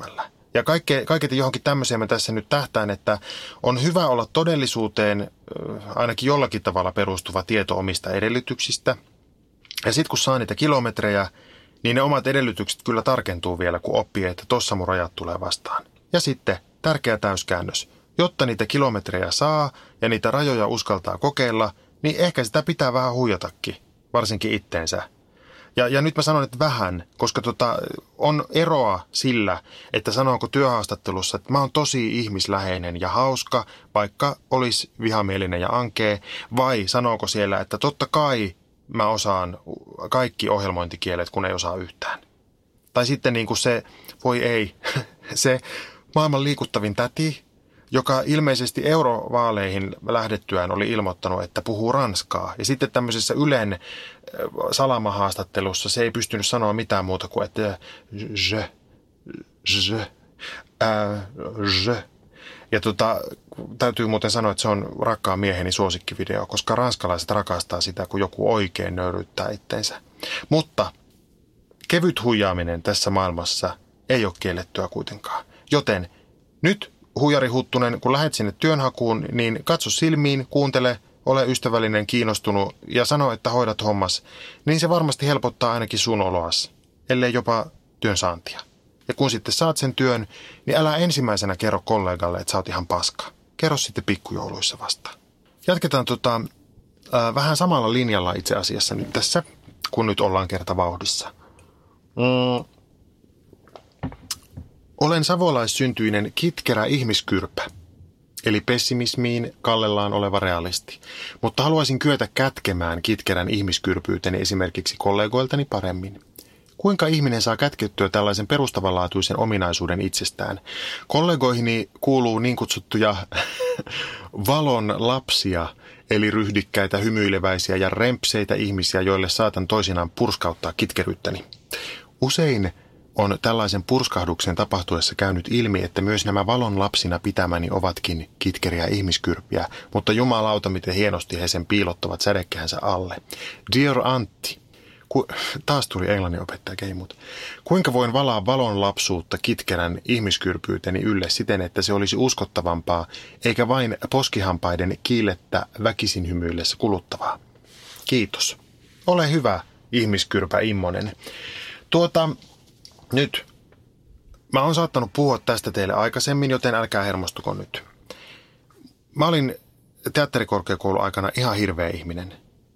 Ja kaiketi johonkin tämmöiseen mä tässä nyt tähtään, että on hyvä olla todellisuuteen ainakin jollakin tavalla perustuva tieto omista edellytyksistä. Ja sitten kun saa niitä kilometrejä, niin ne omat edellytykset kyllä tarkentuu vielä, kun oppii, että tossa mun rajat tulee vastaan. Ja sitten tärkeä täyskäännös. Jotta niitä kilometrejä saa ja niitä rajoja uskaltaa kokeilla, niin ehkä sitä pitää vähän huijatakin, varsinkin itteensä. Ja, ja nyt mä sanon, että vähän, koska tota, on eroa sillä, että sanooko työhaastattelussa, että mä oon tosi ihmisläheinen ja hauska, vaikka olisi vihamielinen ja ankee, vai sanooko siellä, että totta kai mä osaan kaikki ohjelmointikielet, kun ei osaa yhtään. Tai sitten niin kuin se, voi ei, se maailman liikuttavin täti, joka ilmeisesti eurovaaleihin lähdettyään oli ilmoittanut, että puhuu ranskaa. Ja sitten tämmöisessä Ylen salamahaastattelussa se ei pystynyt sanoa mitään muuta kuin, että je, je, äh, je. Ja tota, täytyy muuten sanoa, että se on rakkaan mieheni suosikkivideo, koska ranskalaiset rakastaa sitä, kun joku oikein nöyryttää itteensä. Mutta kevyt huijaaminen tässä maailmassa ei ole kiellettyä kuitenkaan. Joten nyt huijari Huttunen, kun lähdet sinne työnhakuun, niin katso silmiin, kuuntele, ole ystävällinen, kiinnostunut ja sano, että hoidat hommas, niin se varmasti helpottaa ainakin sun oloas, ellei jopa työn saantia. Ja kun sitten saat sen työn, niin älä ensimmäisenä kerro kollegalle, että sä oot ihan paska. Kerro sitten pikkujouluissa vasta. Jatketaan tota, äh, vähän samalla linjalla itse asiassa nyt tässä, kun nyt ollaan kerta vauhdissa. Mm. Olen savolaissyntyinen kitkerä ihmiskyrpä, eli pessimismiin kallellaan oleva realisti, mutta haluaisin kyetä kätkemään kitkerän ihmiskyrpyyteni esimerkiksi kollegoiltani paremmin. Kuinka ihminen saa kätkettyä tällaisen perustavanlaatuisen ominaisuuden itsestään? Kollegoihini kuuluu niin kutsuttuja valon lapsia, eli ryhdikkäitä, hymyileväisiä ja rempseitä ihmisiä, joille saatan toisinaan purskauttaa kitkeryyttäni. Usein on tällaisen purskahduksen tapahtuessa käynyt ilmi, että myös nämä valon lapsina pitämäni ovatkin kitkeriä ihmiskyrpiä, mutta jumalauta, miten hienosti he sen piilottavat sädekkäänsä alle. Dear Antti, ku, taas tuli englannin opettaja keimut. Kuinka voin valaa valon lapsuutta kitkerän ihmiskyrpyyteni ylle siten, että se olisi uskottavampaa, eikä vain poskihampaiden kiilettä väkisin hymyillessä kuluttavaa? Kiitos. Ole hyvä, ihmiskyrpä Immonen. Tuota... Nyt. Mä oon saattanut puhua tästä teille aikaisemmin, joten älkää hermostuko nyt. Mä olin teatterikorkeakoulun aikana ihan hirveä ihminen.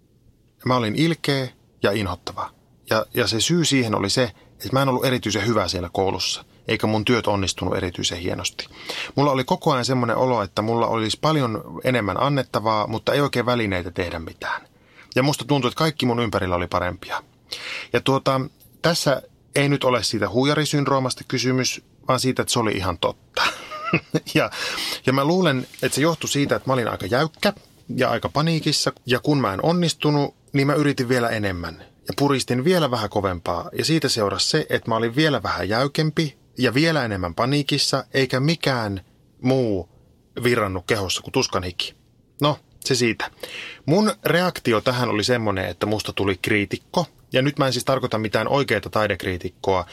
Mä olin ilkeä ja inhottava. Ja, ja se syy siihen oli se, että mä en ollut erityisen hyvä siellä koulussa, eikä mun työt onnistunut erityisen hienosti. Mulla oli koko ajan semmoinen olo, että mulla olisi paljon enemmän annettavaa, mutta ei oikein välineitä tehdä mitään. Ja musta tuntui, että kaikki mun ympärillä oli parempia. Ja tuota, tässä ei nyt ole siitä huijarisyndroomasta kysymys, vaan siitä, että se oli ihan totta. ja, ja mä luulen, että se johtui siitä, että mä olin aika jäykkä ja aika paniikissa. Ja kun mä en onnistunut, niin mä yritin vielä enemmän. Ja puristin vielä vähän kovempaa. Ja siitä seurasi se, että mä olin vielä vähän jäykempi ja vielä enemmän paniikissa, eikä mikään muu virrannut kehossa kuin tuskan hiki. No, se siitä. Mun reaktio tähän oli semmoinen, että musta tuli kriitikko. Ja nyt mä en siis tarkoita mitään oikeaa taidekriitikkoa,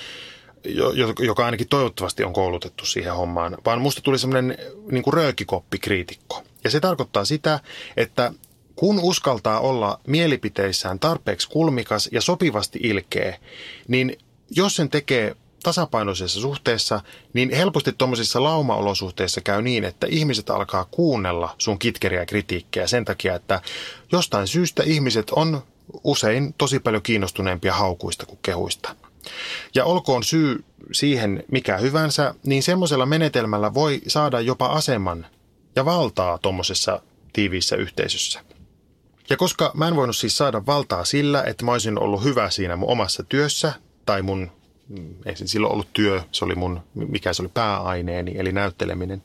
joka ainakin toivottavasti on koulutettu siihen hommaan, vaan musta tuli semmoinen niin kuin röökikoppikriitikko. Ja se tarkoittaa sitä, että kun uskaltaa olla mielipiteissään tarpeeksi kulmikas ja sopivasti ilkeä, niin jos sen tekee tasapainoisessa suhteessa, niin helposti tuommoisissa laumaolosuhteissa käy niin, että ihmiset alkaa kuunnella sun kitkeriä kritiikkejä sen takia, että jostain syystä ihmiset on usein tosi paljon kiinnostuneempia haukuista kuin kehuista. Ja olkoon syy siihen mikä hyvänsä, niin semmoisella menetelmällä voi saada jopa aseman ja valtaa tuommoisessa tiiviissä yhteisössä. Ja koska mä en voinut siis saada valtaa sillä, että mä olisin ollut hyvä siinä mun omassa työssä, tai mun, ei se silloin ollut työ, se oli mun, mikä se oli pääaineeni, eli näytteleminen,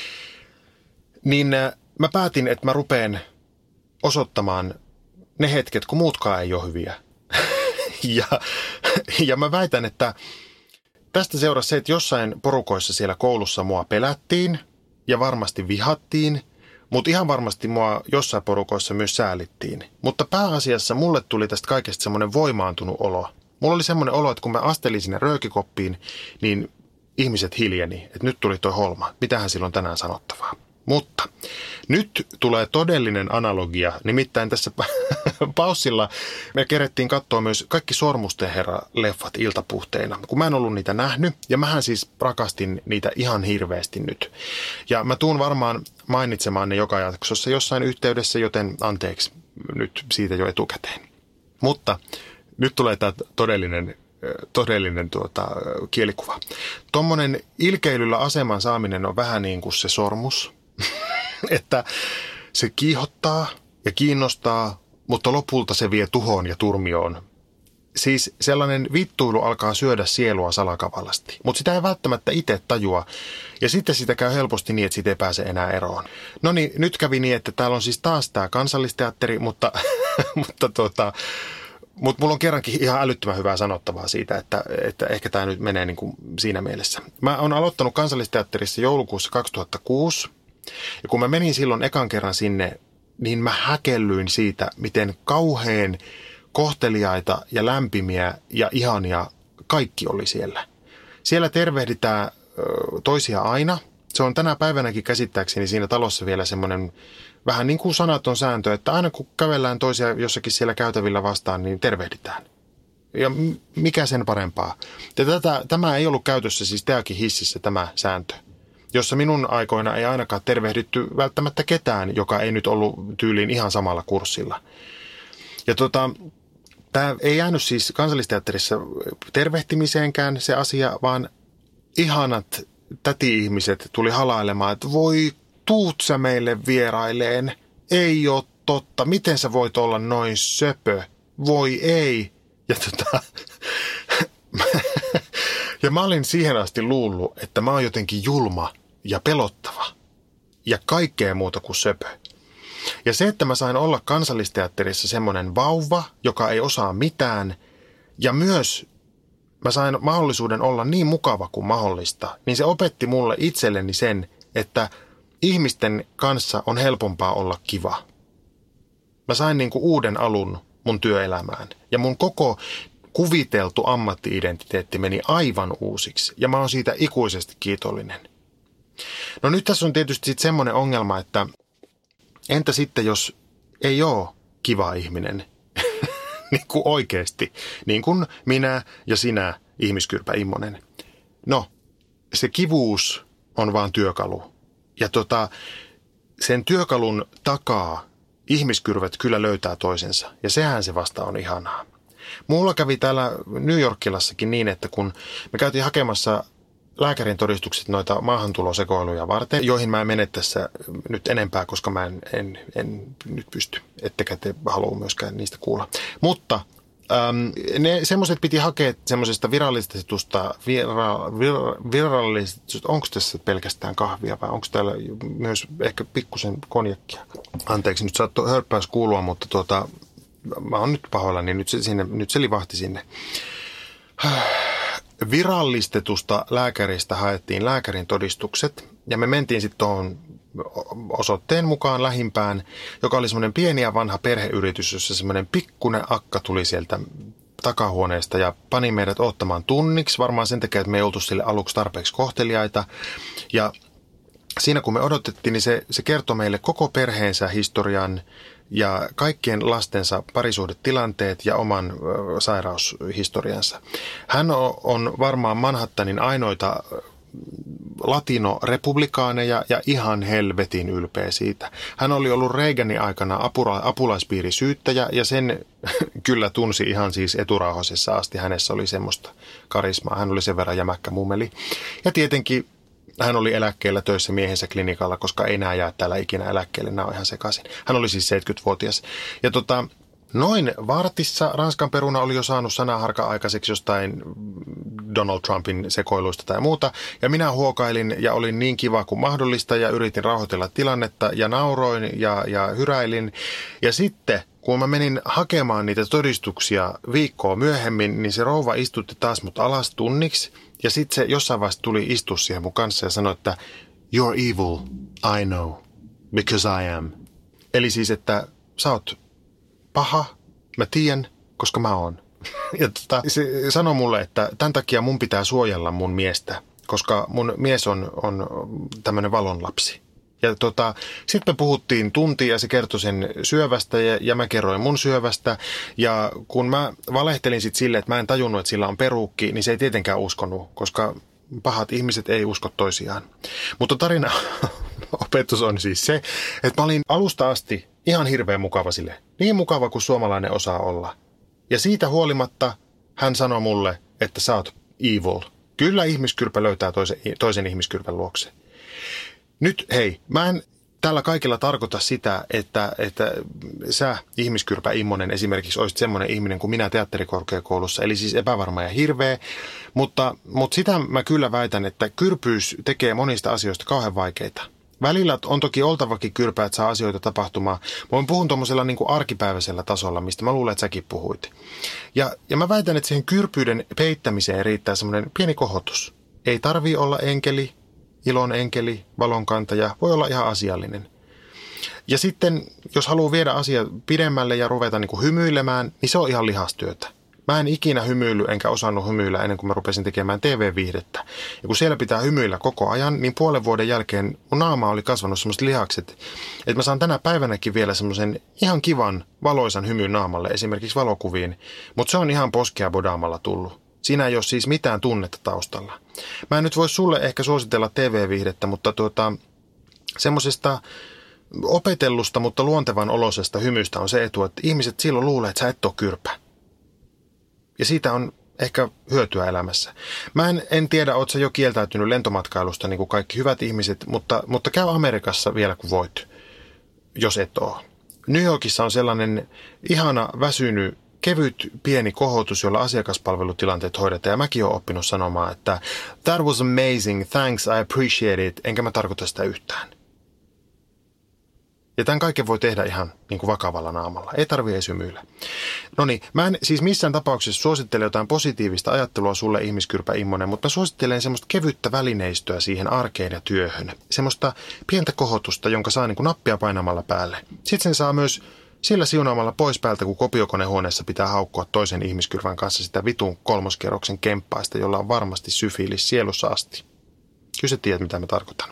niin mä päätin, että mä rupeen osoittamaan ne hetket, kun muutkaan ei ole hyviä. ja, ja mä väitän, että tästä seurasi se, että jossain porukoissa siellä koulussa mua pelättiin ja varmasti vihattiin, mutta ihan varmasti mua jossain porukoissa myös säälittiin. Mutta pääasiassa mulle tuli tästä kaikesta semmoinen voimaantunut olo. Mulla oli semmoinen olo, että kun mä astelin sinne röökikoppiin, niin ihmiset hiljeni, että nyt tuli toi Holma. Mitähän silloin tänään sanottavaa? Mutta nyt tulee todellinen analogia, nimittäin tässä paussilla me kerettiin katsoa myös kaikki Sormusten herra-leffat iltapuhteina, kun mä en ollut niitä nähnyt, ja mähän siis rakastin niitä ihan hirveästi nyt. Ja mä tuun varmaan mainitsemaan ne joka jaksossa jossain yhteydessä, joten anteeksi nyt siitä jo etukäteen. Mutta nyt tulee tämä todellinen todellinen tuota, kielikuva. Tuommoinen ilkeilyllä aseman saaminen on vähän niin kuin se sormus, että se kiihottaa ja kiinnostaa, mutta lopulta se vie tuhoon ja turmioon. Siis sellainen vittuilu alkaa syödä sielua salakavallasti, mutta sitä ei välttämättä itse tajua. Ja sitten sitä käy helposti niin, että siitä ei pääse enää eroon. No niin, nyt kävi niin, että täällä on siis taas tämä Kansallisteatteri, mutta, mutta tuota... Mutta mulla on kerrankin ihan älyttömän hyvää sanottavaa siitä, että, että ehkä tämä nyt menee niin kuin siinä mielessä. Mä oon aloittanut Kansallisteatterissa joulukuussa kaksituhattakuusi. Ja kun mä menin silloin ekan kerran sinne, niin mä häkellyin siitä, miten kauhean kohteliaita ja lämpimiä ja ihania kaikki oli siellä. Siellä tervehditään toisia aina. Se on tänä päivänäkin käsittääkseni siinä talossa vielä semmoinen vähän niin kuin sanaton sääntö, että aina kun kävellään toisia jossakin siellä käytävillä vastaan, niin tervehditään. Ja mikä sen parempaa. Ja tätä, tämä ei ollut käytössä siis Teakin hississä tämä sääntö, jossa minun aikoina ei ainakaan tervehditty välttämättä ketään, joka ei nyt ollut tyyliin ihan samalla kurssilla. Ja tota, tämä ei jäänyt siis Kansallisteatterissa tervehtimiseenkään se asia, vaan ihanat täti-ihmiset tuli halailemaan, että voi tuut sä meille vieraileen, ei ole totta, miten sä voit olla noin söpö, voi ei. Ja, tota, ja mä olin siihen asti luullut, että mä oon jotenkin julma ja pelottava ja kaikkea muuta kuin söpö. Ja se, että mä sain olla Kansallisteatterissa semmoinen vauva, joka ei osaa mitään, ja myös mä sain mahdollisuuden olla niin mukava kuin mahdollista, niin se opetti mulle itselleni sen, että ihmisten kanssa on helpompaa olla kiva. Mä sain niin kuin uuden alun mun työelämään, ja mun koko kuviteltu ammatti-identiteetti meni aivan uusiksi, ja mä oon siitä ikuisesti kiitollinen. No nyt tässä on tietysti sitten semmoinen ongelma, että entä sitten, jos ei ole kiva ihminen, niin kuin oikeasti, niin kuin minä ja sinä, ihmiskyrpä Immonen. No, se kivuus on vaan työkalu. Ja tota, sen työkalun takaa ihmiskyrvät kyllä löytää toisensa, ja sehän se vasta on ihanaa. Mulla kävi täällä New Yorkilassakin niin, että kun me käytiin hakemassa lääkärin todistukset noita maahantulosekoiluja varten, joihin mä en mene tässä nyt enempää, koska mä en, en, en nyt pysty, ettekä te halua myöskään niistä kuulla. Mutta äm, ne semmoiset piti hakea semmoisesta virallistetusta, vira, vir, virallistetusta, onko tässä pelkästään kahvia vai onko täällä myös ehkä pikkusen konjakkia? Anteeksi, nyt saattoi hörppäys kuulua, mutta tuota, mä oon nyt pahoilla, niin nyt se, sinne, nyt se livahti sinne. Virallistetusta lääkäristä haettiin lääkärin todistukset ja me mentiin sitten tuohon osoitteen mukaan lähimpään, joka oli semmoinen pieni ja vanha perheyritys, jossa semmoinen pikkunen akka tuli sieltä takahuoneesta ja pani meidät odottamaan tunniksi, varmaan sen takia, että me ei oltu sille aluksi tarpeeksi kohteliaita. Ja siinä kun me odotettiin, niin se, se kertoi meille koko perheensä historian ja kaikkien lastensa parisuhdetilanteet ja oman ö, sairaushistoriansa. Hän on, on varmaan Manhattanin ainoita latinorepublikaaneja ja ihan helvetin ylpeä siitä. Hän oli ollut Reaganin aikana apura, apulaispiirisyyttäjä ja sen kyllä tunsi ihan siis eturauhasessa asti. Hänessä oli semmoista karismaa. Hän oli sen verran jämäkkä mummeli. Ja tietenkin hän oli eläkkeellä töissä miehensä klinikalla, koska ei nää jää täällä ikinä eläkkeelle, nämä on ihan sekaisin. Hän oli siis seitsemänkymmentävuotias. Ja tota, noin vartissa Ranskan peruna oli jo saanut sanaharka aikaiseksi jostain Donald Trumpin sekoiluista tai muuta. Ja minä huokailin ja olin niin kiva kuin mahdollista ja yritin rauhoitella tilannetta ja nauroin ja, ja hyräilin. Ja sitten kun mä menin hakemaan niitä todistuksia viikkoa myöhemmin, niin se rouva istutti taas mut alas tunniksi. Ja sitten se jossain vaiheessa tuli istua siihen mun kanssa ja sanoi, että you're evil, I know, because I am. Eli siis, että sä oot paha, mä tiedän, koska mä oon. Ja tota, se sanoi mulle, että tämän takia mun pitää suojella mun miestä. koska mun mies on, on tämmöinen valonlapsi. Ja tota, sitten me puhuttiin tuntia ja se kertoi sen syövästä ja, ja mä kerroin mun syövästä. Ja kun mä valehtelin sitten silleen, että mä en tajunnut, että sillä on peruukki, niin se ei tietenkään uskonut, koska pahat ihmiset ei usko toisiaan. Mutta tarina opetus on siis se, että mä olin alusta asti ihan hirveän mukava sille. Niin mukava kuin suomalainen osaa olla. Ja siitä huolimatta hän sanoi mulle, että sä oot evil. Kyllä ihmiskyrpä löytää toisen, toisen ihmiskyrpän luokse. Nyt hei, mä en tällä kaikilla tarkoita sitä, että, että sä ihmiskyrpä immonen esimerkiksi olisit semmoinen ihminen kuin minä teatterikorkeakoulussa, eli siis epävarma ja hirveä, mutta, mutta sitä mä kyllä väitän, että kyrpyys tekee monista asioista kauhean vaikeita. Välillä on toki oltavakin kyrpää, että saa asioita tapahtumaan. Mä puhun tuommoisella niin kuin arkipäiväisellä tasolla, mistä mä luulen, että säkin puhuit. Ja, ja mä väitän, että siihen kyrpyyden peittämiseen riittää semmoinen pieni kohotus. Ei tarvii olla enkeli, ilon enkeli, valonkantaja, voi olla ihan asiallinen. Ja sitten, jos haluaa viedä asia pidemmälle ja ruveta niin kuin hymyilemään, niin se on ihan lihastyötä. Mä en ikinä hymyily enkä osannut hymyillä ennen kuin mä rupesin tekemään T V-viihdettä. Ja kun siellä pitää hymyillä koko ajan, niin puolen vuoden jälkeen mun naama oli kasvanut semmoiset lihakset, että mä saan tänä päivänäkin vielä semmoisen ihan kivan valoisan hymyn naamalle, esimerkiksi valokuviin. Mutta se on ihan poskea bodaamalla tullut. Siinä ei ole siis mitään tunnetta taustalla. Mä en nyt voi sulle ehkä suositella T V-viihdettä, mutta tuota, semmoisesta opetellusta, mutta luontevan olosesta hymystä on se etu, että ihmiset silloin luulee, että sä et ole kyrpä. Ja siitä on ehkä hyötyä elämässä. Mä en, en tiedä, oot sä jo kieltäytynyt lentomatkailusta niin kuin kaikki hyvät ihmiset, mutta, mutta käy Amerikassa vielä kun voit, jos et ole. New Yorkissa on sellainen ihana, väsynyt, kevyt, pieni kohotus, jolla asiakaspalvelutilanteet hoidetaan. Ja mäkin olen oppinut sanomaan, että that was amazing, thanks, I appreciate it, enkä mä tarkoita sitä yhtään. Ja tämän kaiken voi tehdä ihan niin kuin vakavalla naamalla. Ei tarvitse edes hymyillä. No niin, mä en siis missään tapauksessa suosittele jotain positiivista ajattelua sulle ihmiskyrpä immonen, mutta mä suosittelen semmoista kevyttä välineistöä siihen arkeen ja työhön. Semmoista pientä kohotusta, jonka saa niin kuin nappia painamalla päälle. Sitten sen saa myös sillä siunaamalla pois päältä, kun kopiokonehuoneessa pitää haukkoa toisen ihmiskyrvän kanssa sitä vitun kolmoskerroksen kemppaista, jolla on varmasti syfiilis sielussa asti. Kyllä sä tiedät, mitä mä tarkoitan.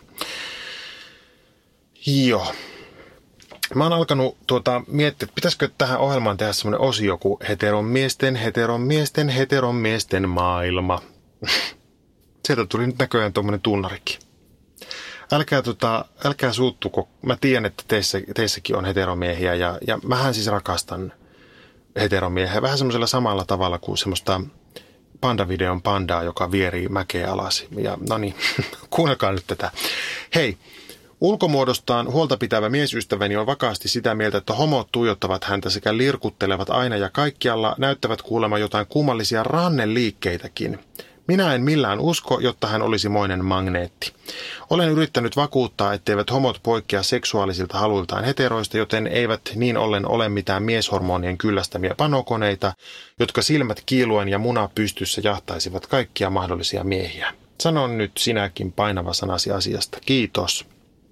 Joo. Mä oon alkanut tuota, miettiä, että pitäisikö tähän ohjelmaan tehdä semmoinen osio kuin heteron miesten, heteron miesten, heteron miesten maailma. Sieltä tuli nyt näköjään tuommoinen tunnarikin. Älkää, tota, älkää suuttuko. Mä tiedän, että teissä, teissäkin on heteromiehiä ja, ja mähän siis rakastan heteromiehiä. Vähän semmoisella samalla tavalla kuin semmoista pandavideon pandaa, joka vierii mäkeä alas. Ja no niin, kuunnelkaa nyt tätä. Hei! Ulkomuodostaan huolta pitävä miesystäväni on vakaasti sitä mieltä, että homot tuijottavat häntä sekä lirkuttelevat aina ja kaikkialla näyttävät kuulemma jotain kummallisia ranneliikkeitäkin. Minä en millään usko, jotta hän olisi moinen magneetti. Olen yrittänyt vakuuttaa, etteivät homot poikkea seksuaalisilta haluiltaan heteroista, joten eivät niin ollen ole mitään mieshormonien kyllästämiä panokoneita, jotka silmät kiiluen ja muna pystyssä jahtaisivat kaikkia mahdollisia miehiä. Sanon nyt sinäkin painava sanasi asiasta. Kiitos.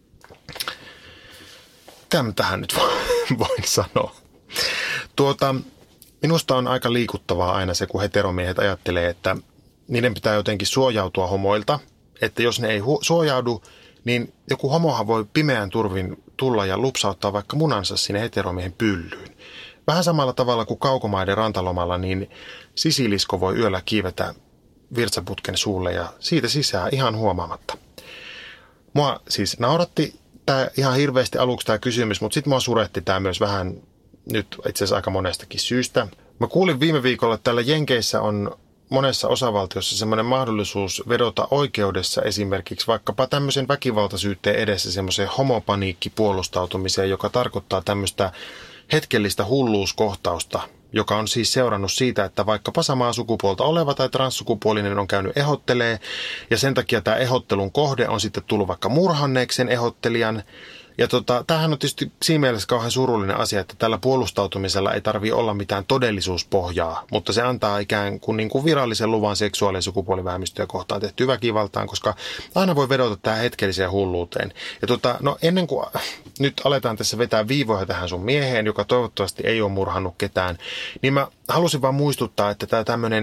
Mitä tähän nyt voin sanoa? Tuota, minusta on aika liikuttavaa aina se, kun heteromiehet ajattelee, että niiden pitää jotenkin suojautua homoilta. Että jos ne ei hu- suojaudu, niin joku homohan voi pimeän turvin tulla ja lupsauttaa vaikka munansa sinne heteromiehen pyllyyn. Vähän samalla tavalla kuin kaukomaiden rantalomalla, niin sisilisko voi yöllä kiivetä virtsaputken suulle ja siitä sisään ihan huomaamatta. Mua siis nauratti tämä ihan hirveästi aluksi tämä kysymys, mutta sitten mua suretti tämä myös vähän nyt itse asiassa aika monestakin syystä. Mä kuulin viime viikolla, että täällä Jenkeissä on monessa osavaltiossa semmoinen mahdollisuus vedota oikeudessa esimerkiksi vaikkapa tämmöisen väkivaltasyytteen edessä semmoiseen homopaniikkipuolustautumiseen, joka tarkoittaa tämmöistä hetkellistä hulluuskohtausta, joka on siis seurannut siitä, että vaikkapa samaa sukupuolta oleva tai transsukupuolinen on käynyt ehottelee, ja sen takia tämä ehottelun kohde on sitten tullut vaikka murhanneeksi sen ehottelijan. Ja tota, tämähän on tietysti siinä mielessä kauhean surullinen asia, että tällä puolustautumisella ei tarvitse olla mitään todellisuuspohjaa, mutta se antaa ikään kuin, niin kuin virallisen luvan seksuaali- ja sukupuolivähemmistöjä kohtaan tehty väkivaltaan, koska aina voi vedota tähän hetkelliseen hulluuteen. Ja tota, no ennen kuin nyt aletaan tässä vetää viivoja tähän sun mieheen, joka toivottavasti ei ole murhannut ketään, niin mä halusin vaan muistuttaa, että tämä tämmöinen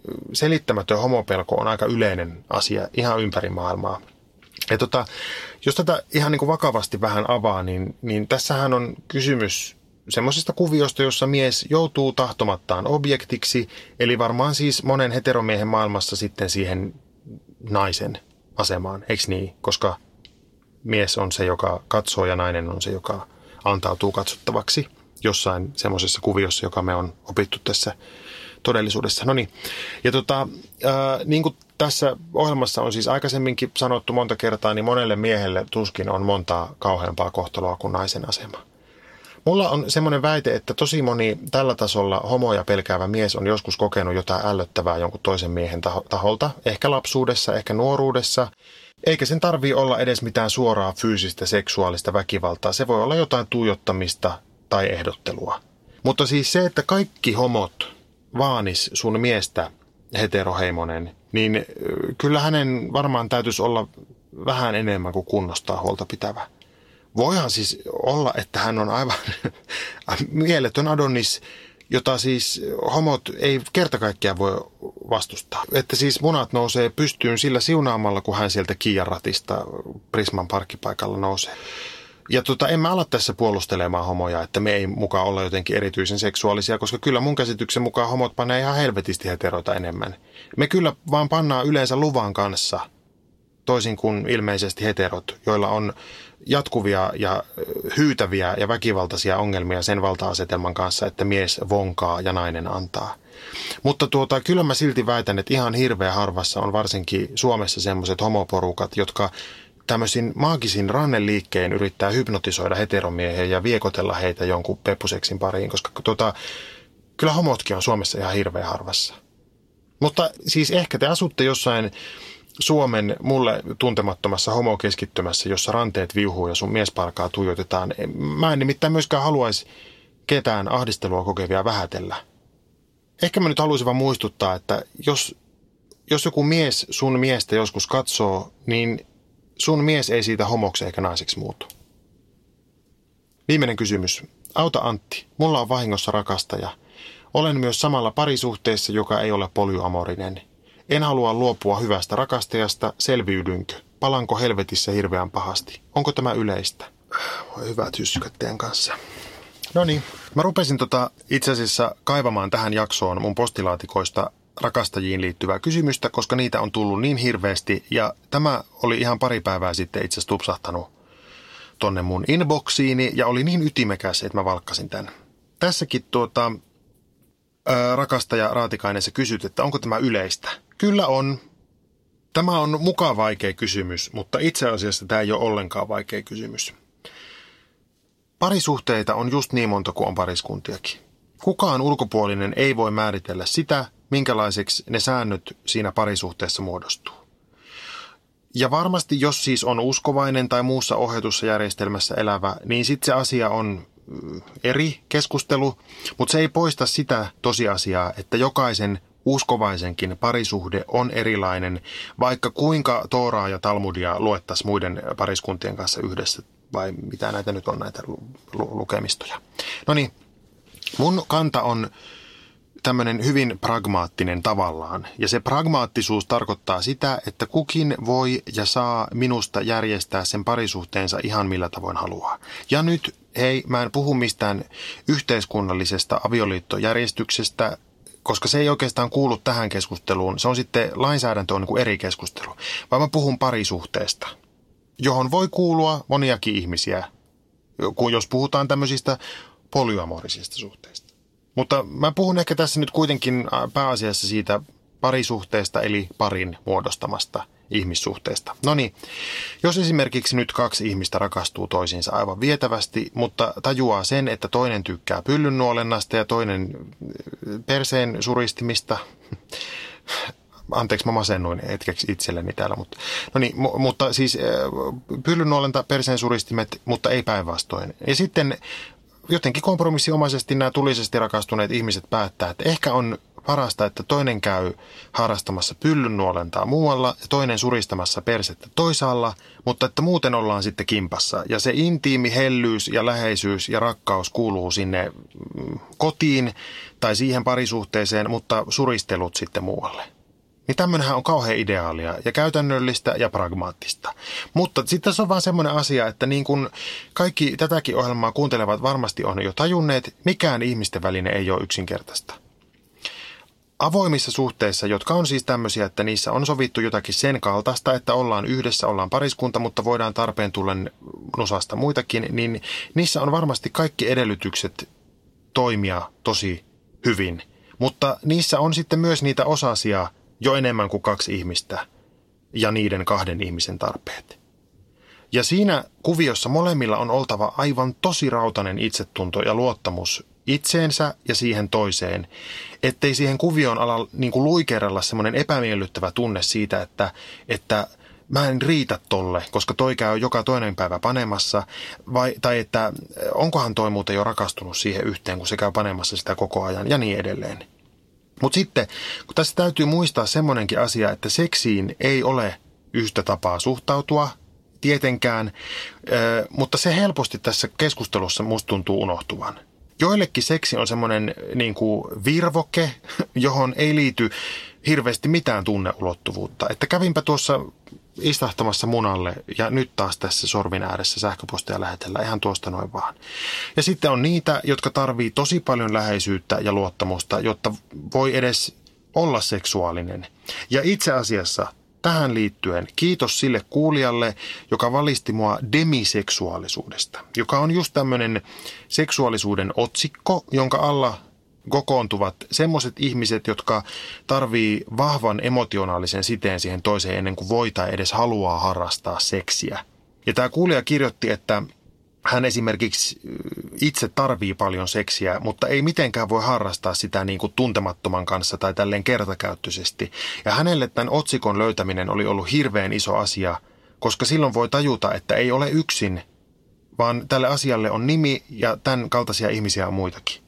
selittämätön homopelko on aika yleinen asia ihan ympäri maailmaa. Ja tota, jos tätä ihan niin kuin vakavasti vähän avaa, niin, niin tässähän on kysymys semmoisesta kuviosta, jossa mies joutuu tahtomattaan objektiksi, eli varmaan siis monen heteromiehen maailmassa sitten siihen naisen asemaan, eikö niin? Koska mies on se, joka katsoo ja nainen on se, joka antautuu katsottavaksi jossain semmoisessa kuviossa, joka me on opittu tässä todellisuudessa. No niin, ja tota, ää, niin kuin tässä ohjelmassa on siis aikaisemminkin sanottu monta kertaa, niin monelle miehelle tuskin on montaa kauheampaa kohtaloa kuin naisen asema. Mulla on semmoinen väite, että tosi moni tällä tasolla homoja pelkäävä mies on joskus kokenut jotain ällöttävää jonkun toisen miehen taholta, ehkä lapsuudessa, ehkä nuoruudessa, eikä sen tarvii olla edes mitään suoraa fyysistä seksuaalista väkivaltaa. Se voi olla jotain tuijottamista tai ehdottelua. Mutta siis se, että kaikki homot vaanis sun miestä heteroheimonen, niin kyllä hänen varmaan täytyisi olla vähän enemmän kuin kunnostaa huolta pitävä. Voihan siis olla, että hän on aivan mieletön Adonis, jota siis homot ei kerta kaikkiaan voi vastustaa. Että siis munat nousee pystyyn sillä siunaamalla, kun hän sieltä Kiian ratista Prisman parkkipaikalla nousee. Ja tota, en mä ala tässä puolustelemaan homoja, että me ei mukaan olla jotenkin erityisen seksuaalisia, koska kyllä mun käsityksen mukaan homot panee ihan helvetisti heteroita enemmän. Me kyllä vaan pannaan yleensä luvan kanssa, toisin kuin ilmeisesti heterot, joilla on jatkuvia ja hyytäviä ja väkivaltaisia ongelmia sen valta-asetelman kanssa, että mies vonkaa ja nainen antaa. Mutta tuota, kyllä mä silti väitän, että ihan hirveän harvassa on varsinkin Suomessa semmoiset homoporukat, jotka tämmöisin maagisin ranneliikkeen yrittää hypnotisoida heteromiehiä ja viekotella heitä jonkun peppuseksin pariin, koska tuota, kyllä homotkin on Suomessa ihan hirveän harvassa. Mutta siis ehkä te asutte jossain Suomen mulle tuntemattomassa homokeskittymässä, jossa ranteet viuhuu ja sun miesparkaa tuijotetaan. Mä en nimittäin myöskään haluaisi ketään ahdistelua kokevia vähätellä. Ehkä mä nyt haluaisin vaan muistuttaa, että jos, jos joku mies sun miestä joskus katsoo, niin sun mies ei siitä homoksi eikä naiseksi muutu. Viimeinen kysymys. Auta Antti, mulla on vahingossa rakastaja. Olen myös samalla parisuhteessa, joka ei ole polyamorinen. En halua luopua hyvästä rakastajasta, selviydynkö? Palanko helvetissä hirveän pahasti? Onko tämä yleistä? Hyvät hyssykät teidän kanssa. No niin, mä rupesin tota itse asiassa kaivamaan tähän jaksoon mun postilaatikoista rakastajiin liittyvää kysymystä, koska niitä on tullut niin hirveästi. Ja tämä oli ihan pari päivää sitten itse asiassa tupsahtanut tonne mun inboxiini ja oli niin ytimekäs, että mä valkkasin tämän. Tässäkin tuota, ää, rakastaja Raatikainen sä kysyt, että onko tämä yleistä? Kyllä on. Tämä on mukaan vaikea kysymys, mutta itse asiassa tämä ei ole ollenkaan vaikea kysymys. Parisuhteita on just niin monta kuin on pariskuntiakin. Kukaan ulkopuolinen ei voi määritellä sitä, minkälaiseksi ne säännöt siinä parisuhteessa muodostuu. Ja varmasti, jos siis on uskovainen tai muussa ohjatussa järjestelmässä elävä, niin sitten se asia on eri keskustelu, mutta se ei poista sitä tosiasiaa, että jokaisen uskovaisenkin parisuhde on erilainen, vaikka kuinka Tooraa ja Talmudia luettaisiin muiden pariskuntien kanssa yhdessä, vai mitä näitä nyt on näitä lu- lukemistoja. No niin, mun kanta on tämmöinen hyvin pragmaattinen tavallaan, ja se pragmaattisuus tarkoittaa sitä, että kukin voi ja saa minusta järjestää sen parisuhteensa ihan millä tavoin haluaa. Ja nyt, hei, mä en puhu mistään yhteiskunnallisesta avioliittojärjestyksestä, koska se ei oikeastaan kuulu tähän keskusteluun. Se on sitten, lainsäädäntö on niin kuin eri keskustelu. Vaan mä puhun parisuhteesta, johon voi kuulua moniakin ihmisiä, jos puhutaan tämmöisistä polyamorisista suhteista. Mutta mä puhun ehkä tässä nyt kuitenkin pääasiassa siitä parisuhteesta, eli parin muodostamasta ihmissuhteesta. No niin, jos esimerkiksi nyt kaksi ihmistä rakastuu toisiinsa aivan vietävästi, mutta tajuaa sen, että toinen tykkää pyllynnuolennasta ja toinen perseen suristimista. Anteeksi, mä masennuin hetkeksi itselleni täällä, mutta, no niin, mu- mutta siis pyllynnuolenta, perseen suristimet, mutta ei päinvastoin. Ja sitten jotenkin kompromissinomaisesti nämä tulisesti rakastuneet ihmiset päättää, että ehkä on parasta, että toinen käy harrastamassa pyllynnuolentaa muualla ja toinen suristamassa persettä toisaalla, mutta että muuten ollaan sitten kimpassa. Ja se intiimi hellyys ja läheisyys ja rakkaus kuuluu sinne kotiin tai siihen parisuhteeseen, mutta suristelut sitten muualle. Niin tämmöinenhän on kauhean ideaalia ja käytännöllistä ja pragmaattista. Mutta sitten tässä on vaan semmoinen asia, että niin kuin kaikki tätäkin ohjelmaa kuuntelevat varmasti on jo tajunneet, mikään ihmisten väline ei ole yksinkertaista. Avoimissa suhteissa, jotka on siis tämmöisiä, että niissä on sovittu jotakin sen kaltaista, että ollaan yhdessä, ollaan pariskunta, mutta voidaan tarpeen tullen nusasta muitakin, niin niissä on varmasti kaikki edellytykset toimia tosi hyvin. Mutta niissä on sitten myös niitä osasia jo enemmän kuin kaksi ihmistä ja niiden kahden ihmisen tarpeet. Ja siinä kuviossa molemmilla on oltava aivan tosi rautainen itsetunto ja luottamus itseensä ja siihen toiseen, ettei siihen kuvioon ala niin kuin luikerella semmoinen epämiellyttävä tunne siitä, että, että mä en riitä tolle, koska toi käy joka toinen päivä panemassa, vai, tai että onkohan toi muuten jo rakastunut siihen yhteen, kun se käy panemassa sitä koko ajan ja niin edelleen. Mutta sitten, kun tässä täytyy muistaa semmoinenkin asia, että seksiin ei ole yhtä tapaa suhtautua, tietenkään, mutta se helposti tässä keskustelussa musta tuntuu unohtuvan. Joillekin seksi on semmoinen niin kuin virvoke, johon ei liity hirveästi mitään tunneulottuvuutta. Että kävinpä tuossa istahtamassa munalle ja nyt taas tässä sorvin ääressä sähköpostia lähetellään ihan tuosta noin vaan. Ja sitten on niitä, jotka tarvii tosi paljon läheisyyttä ja luottamusta, jotta voi edes olla seksuaalinen. Ja itse asiassa tähän liittyen kiitos sille kuulijalle, joka valisti mua demiseksuaalisuudesta, joka on just tämmöinen seksuaalisuuden otsikko, jonka alla kokoontuvat semmoiset ihmiset, jotka tarvii vahvan emotionaalisen siteen siihen toiseen ennen kuin voi tai edes haluaa harrastaa seksiä. Ja tämä kuulija kirjoitti, että hän esimerkiksi itse tarvii paljon seksiä, mutta ei mitenkään voi harrastaa sitä niin kuin tuntemattoman kanssa tai tälleen kertakäyttöisesti. Ja hänelle tämän otsikon löytäminen oli ollut hirveän iso asia, koska silloin voi tajuta, että ei ole yksin, vaan tälle asialle on nimi ja tämän kaltaisia ihmisiä on muitakin.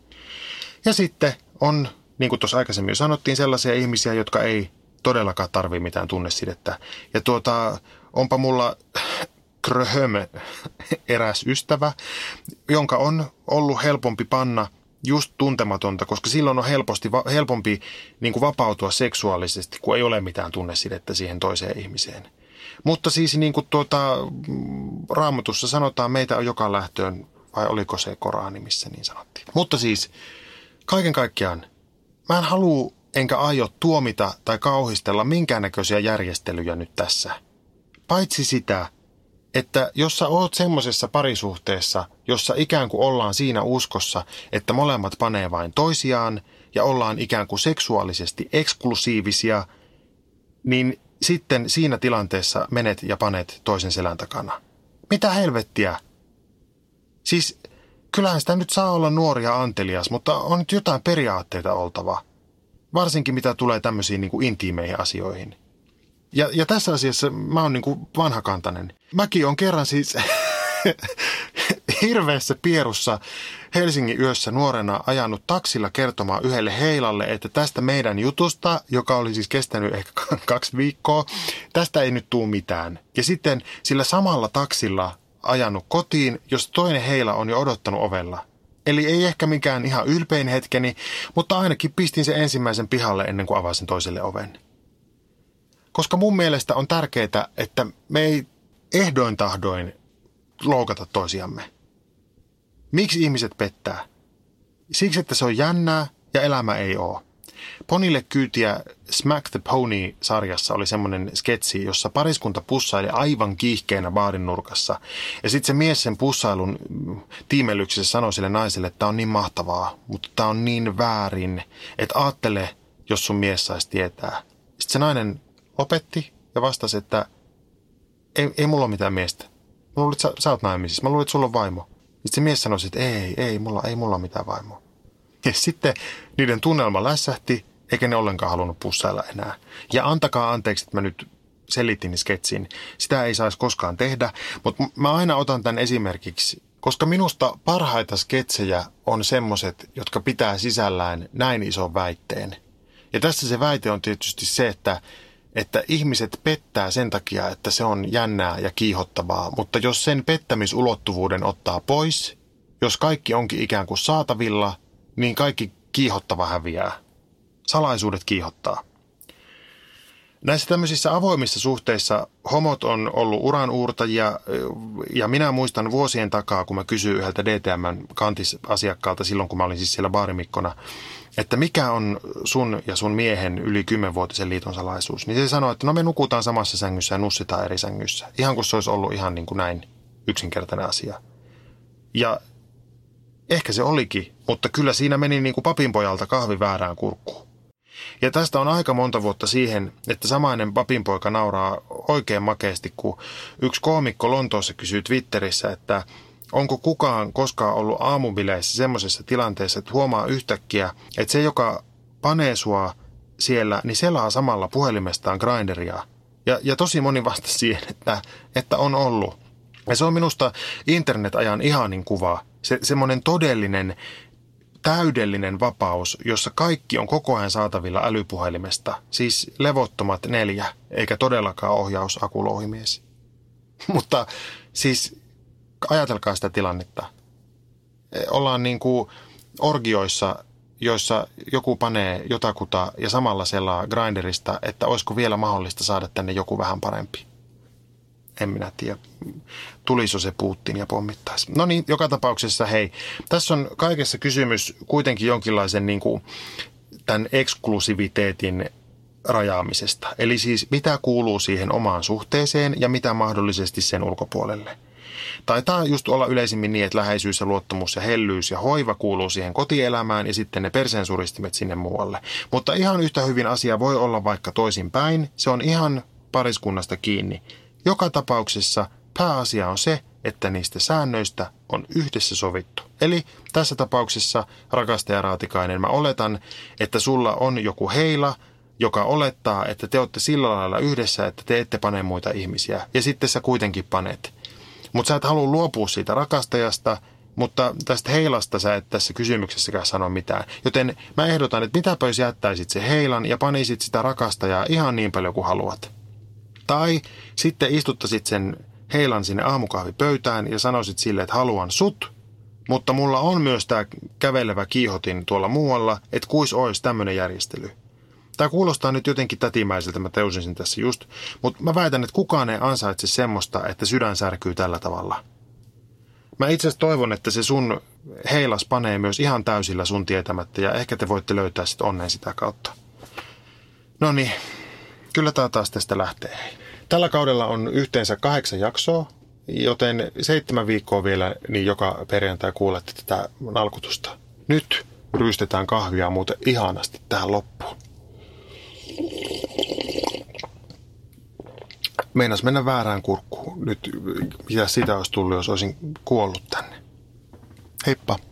Ja sitten on, niin kuin tuossa aikaisemmin jo sanottiin, sellaisia ihmisiä, jotka ei todellakaan tarvitse mitään tunnesidettä. Ja tuota, onpa mulla Kröhöm, eräs ystävä, jonka on ollut helpompi panna just tuntematonta, koska silloin on helposti, helpompi niin kuin vapautua seksuaalisesti, kun ei ole mitään tunnesidettä siihen toiseen ihmiseen. Mutta siis niin kuin tuota, Raamatussa sanotaan, meitä on joka lähtöön, vai oliko se Korani, missä niin sanottiin. Mutta siis kaiken kaikkiaan, mä en halua enkä aio tuomita tai kauhistella minkäännäköisiä järjestelyjä nyt tässä. Paitsi sitä, että jos sä oot semmosessa parisuhteessa, jossa ikään kuin ollaan siinä uskossa, että molemmat panee vain toisiaan ja ollaan ikään kuin seksuaalisesti eksklusiivisia, niin sitten siinä tilanteessa menet ja panet toisen selän takana. Mitä helvettiä? Siis kyllähän sitä nyt saa olla nuori ja antelias, mutta on nyt jotain periaatteita oltava. Varsinkin mitä tulee tämmöisiin niin kuin intiimeihin asioihin. Ja, ja tässä asiassa mä oon niin kuin vanhakantainen. Mäkin on kerran siis hirveässä pierussa Helsingin yössä nuorena ajanut taksilla kertomaan yhdelle heilalle, että tästä meidän jutusta, joka oli siis kestänyt ehkä kaksi viikkoa, tästä ei nyt tule mitään. Ja sitten sillä samalla taksilla ajanut kotiin, jos toinen heila on jo odottanut ovella. Eli ei ehkä mikään ihan ylpein hetkeni, mutta ainakin pistin sen ensimmäisen pihalle ennen kuin avasin toiselle oven. Koska mun mielestä on tärkeää, että me ei ehdoin tahdoin loukata toisiamme. Miksi ihmiset pettää? Siksi, että se on jännää ja elämä ei ole. Ponille kyytiä Smack the Pony-sarjassa oli semmoinen sketsi, jossa pariskunta pussaili aivan kiihkeänä baarin nurkassa. Ja sitten se mies sen pussailun tiimellyksessä sanoi sille naiselle, että tämä on niin mahtavaa, mutta tämä on niin väärin, että aattele, jos sun mies saisi tietää. Sitten se nainen lopetti ja vastasi, että ei, ei mulla ole mitään miestä. Mä luulen, että sä, sä oot naimisissa. Mä luulen, että sulla on vaimo. Sitten se mies sanoi, että ei, ei mulla, ei mulla ole mitään vaimoa. Ja sitten niiden tunnelma lässähti, eikä ne ollenkaan halunnut pussailla enää. Ja antakaa anteeksi, että mä nyt selitin sketsin. Sitä ei saisi koskaan tehdä, mutta mä aina otan tämän esimerkiksi, koska minusta parhaita sketsejä on semmoset, jotka pitää sisällään näin ison väitteen. Ja tässä se väite on tietysti se, että, että ihmiset pettää sen takia, että se on jännää ja kiihottavaa. Mutta jos sen pettämisulottuvuuden ottaa pois, jos kaikki onkin ikään kuin saatavilla, niin kaikki kiihottava häviää. Salaisuudet kiihottaa. Näissä tämmöisissä avoimissa suhteissa homot on ollut uranuurtajia ja minä muistan vuosien takaa, kun mä kysyin yhdeltä D T M:n kantisasiakkaalta silloin, kun mä olin siis siellä baarimikkona, että mikä on sun ja sun miehen yli kymmenvuotisen liiton salaisuus. Niin se sanoi, että no me nukutaan samassa sängyssä ja nussitaan eri sängyssä. Ihan kuin se olisi ollut ihan niin kuin näin yksinkertainen asia. Ja ehkä se olikin, mutta kyllä siinä meni niin kuin papinpojalta kahvi väärään kurkkuun. Ja tästä on aika monta vuotta siihen, että samainen papinpoika nauraa oikein makeasti, kun yksi koomikko Lontoossa kysyy Twitterissä, että onko kukaan koskaan ollut aamubileissä semmoisessa tilanteessa, että huomaa yhtäkkiä, että se, joka panee sua siellä, niin selaa samalla puhelimestaan Grindria. Ja, ja tosi moni vastasi siihen, että, että on ollut. Ja se on minusta internetajan ihanin kuva, se, semmoinen todellinen täydellinen vapaus, jossa kaikki on koko ajan saatavilla älypuhelimesta. Siis levottomat neljä, eikä todellakaan ohjausakulouhimies. Mutta siis ajatelkaa sitä tilannetta. Ollaan niin kuin orgioissa, joissa joku panee jotakuta ja samalla selaa Grindrista, että olisiko vielä mahdollista saada tänne joku vähän parempi. En minä tiedä. Tuliso se Putin ja pommittaisi. No niin, joka tapauksessa hei. Tässä on kaikessa kysymys kuitenkin jonkinlaisen niin kuin tämän eksklusiviteetin rajaamisesta. Eli siis mitä kuuluu siihen omaan suhteeseen ja mitä mahdollisesti sen ulkopuolelle. Taitaa just olla yleisimmin niin, että läheisyys ja luottamus ja hellyys ja hoiva kuuluu siihen kotielämään ja sitten ne perseensuristimet sinne muualle. Mutta ihan yhtä hyvin asia voi olla vaikka toisinpäin. Se on ihan pariskunnasta kiinni. Joka tapauksessa pääasia on se, että niistä säännöistä on yhdessä sovittu. Eli tässä tapauksessa, rakastaja Raatikainen, mä oletan, että sulla on joku heila, joka olettaa, että te olette sillä lailla yhdessä, että te ette pane muita ihmisiä. Ja sitten sä kuitenkin panet. Mutta sä et halua luopua siitä rakastajasta, mutta tästä heilasta sä et tässä kysymyksessäkään sano mitään. Joten mä ehdotan, että mitäpä jos jättäisit se heilan ja panisit sitä rakastajaa ihan niin paljon kuin haluat. Tai sitten istuttaisit sen heilan sinne aamukahvipöytään ja sanoisit sille, että haluan sut, mutta mulla on myös tämä kävelevä kiihotin tuolla muualla, että kuis olisi tämmöinen järjestely. Tämä kuulostaa nyt jotenkin tätimäiseltä, mä teusin sen tässä just, mutta mä väitän, että kukaan ei ansaitse semmoista, että sydän särkyy tällä tavalla. Mä itse asiassa toivon, että se sun heilas panee myös ihan täysillä sun tietämättä ja ehkä te voitte löytää sit onnen sitä kautta. No niin, kyllä tää taas tästä lähtee. Tällä kaudella on yhteensä kahdeksan jaksoa, joten seitsemän viikkoa vielä, niin joka perjantai kuulette tätä nalkutusta. Nyt ryystetään kahvia muuten ihanasti tähän loppuun. Meinas mennä väärään kurkkuun. Nyt mitä sitä olisi tullut, jos olisin kuollut tänne. Heippa.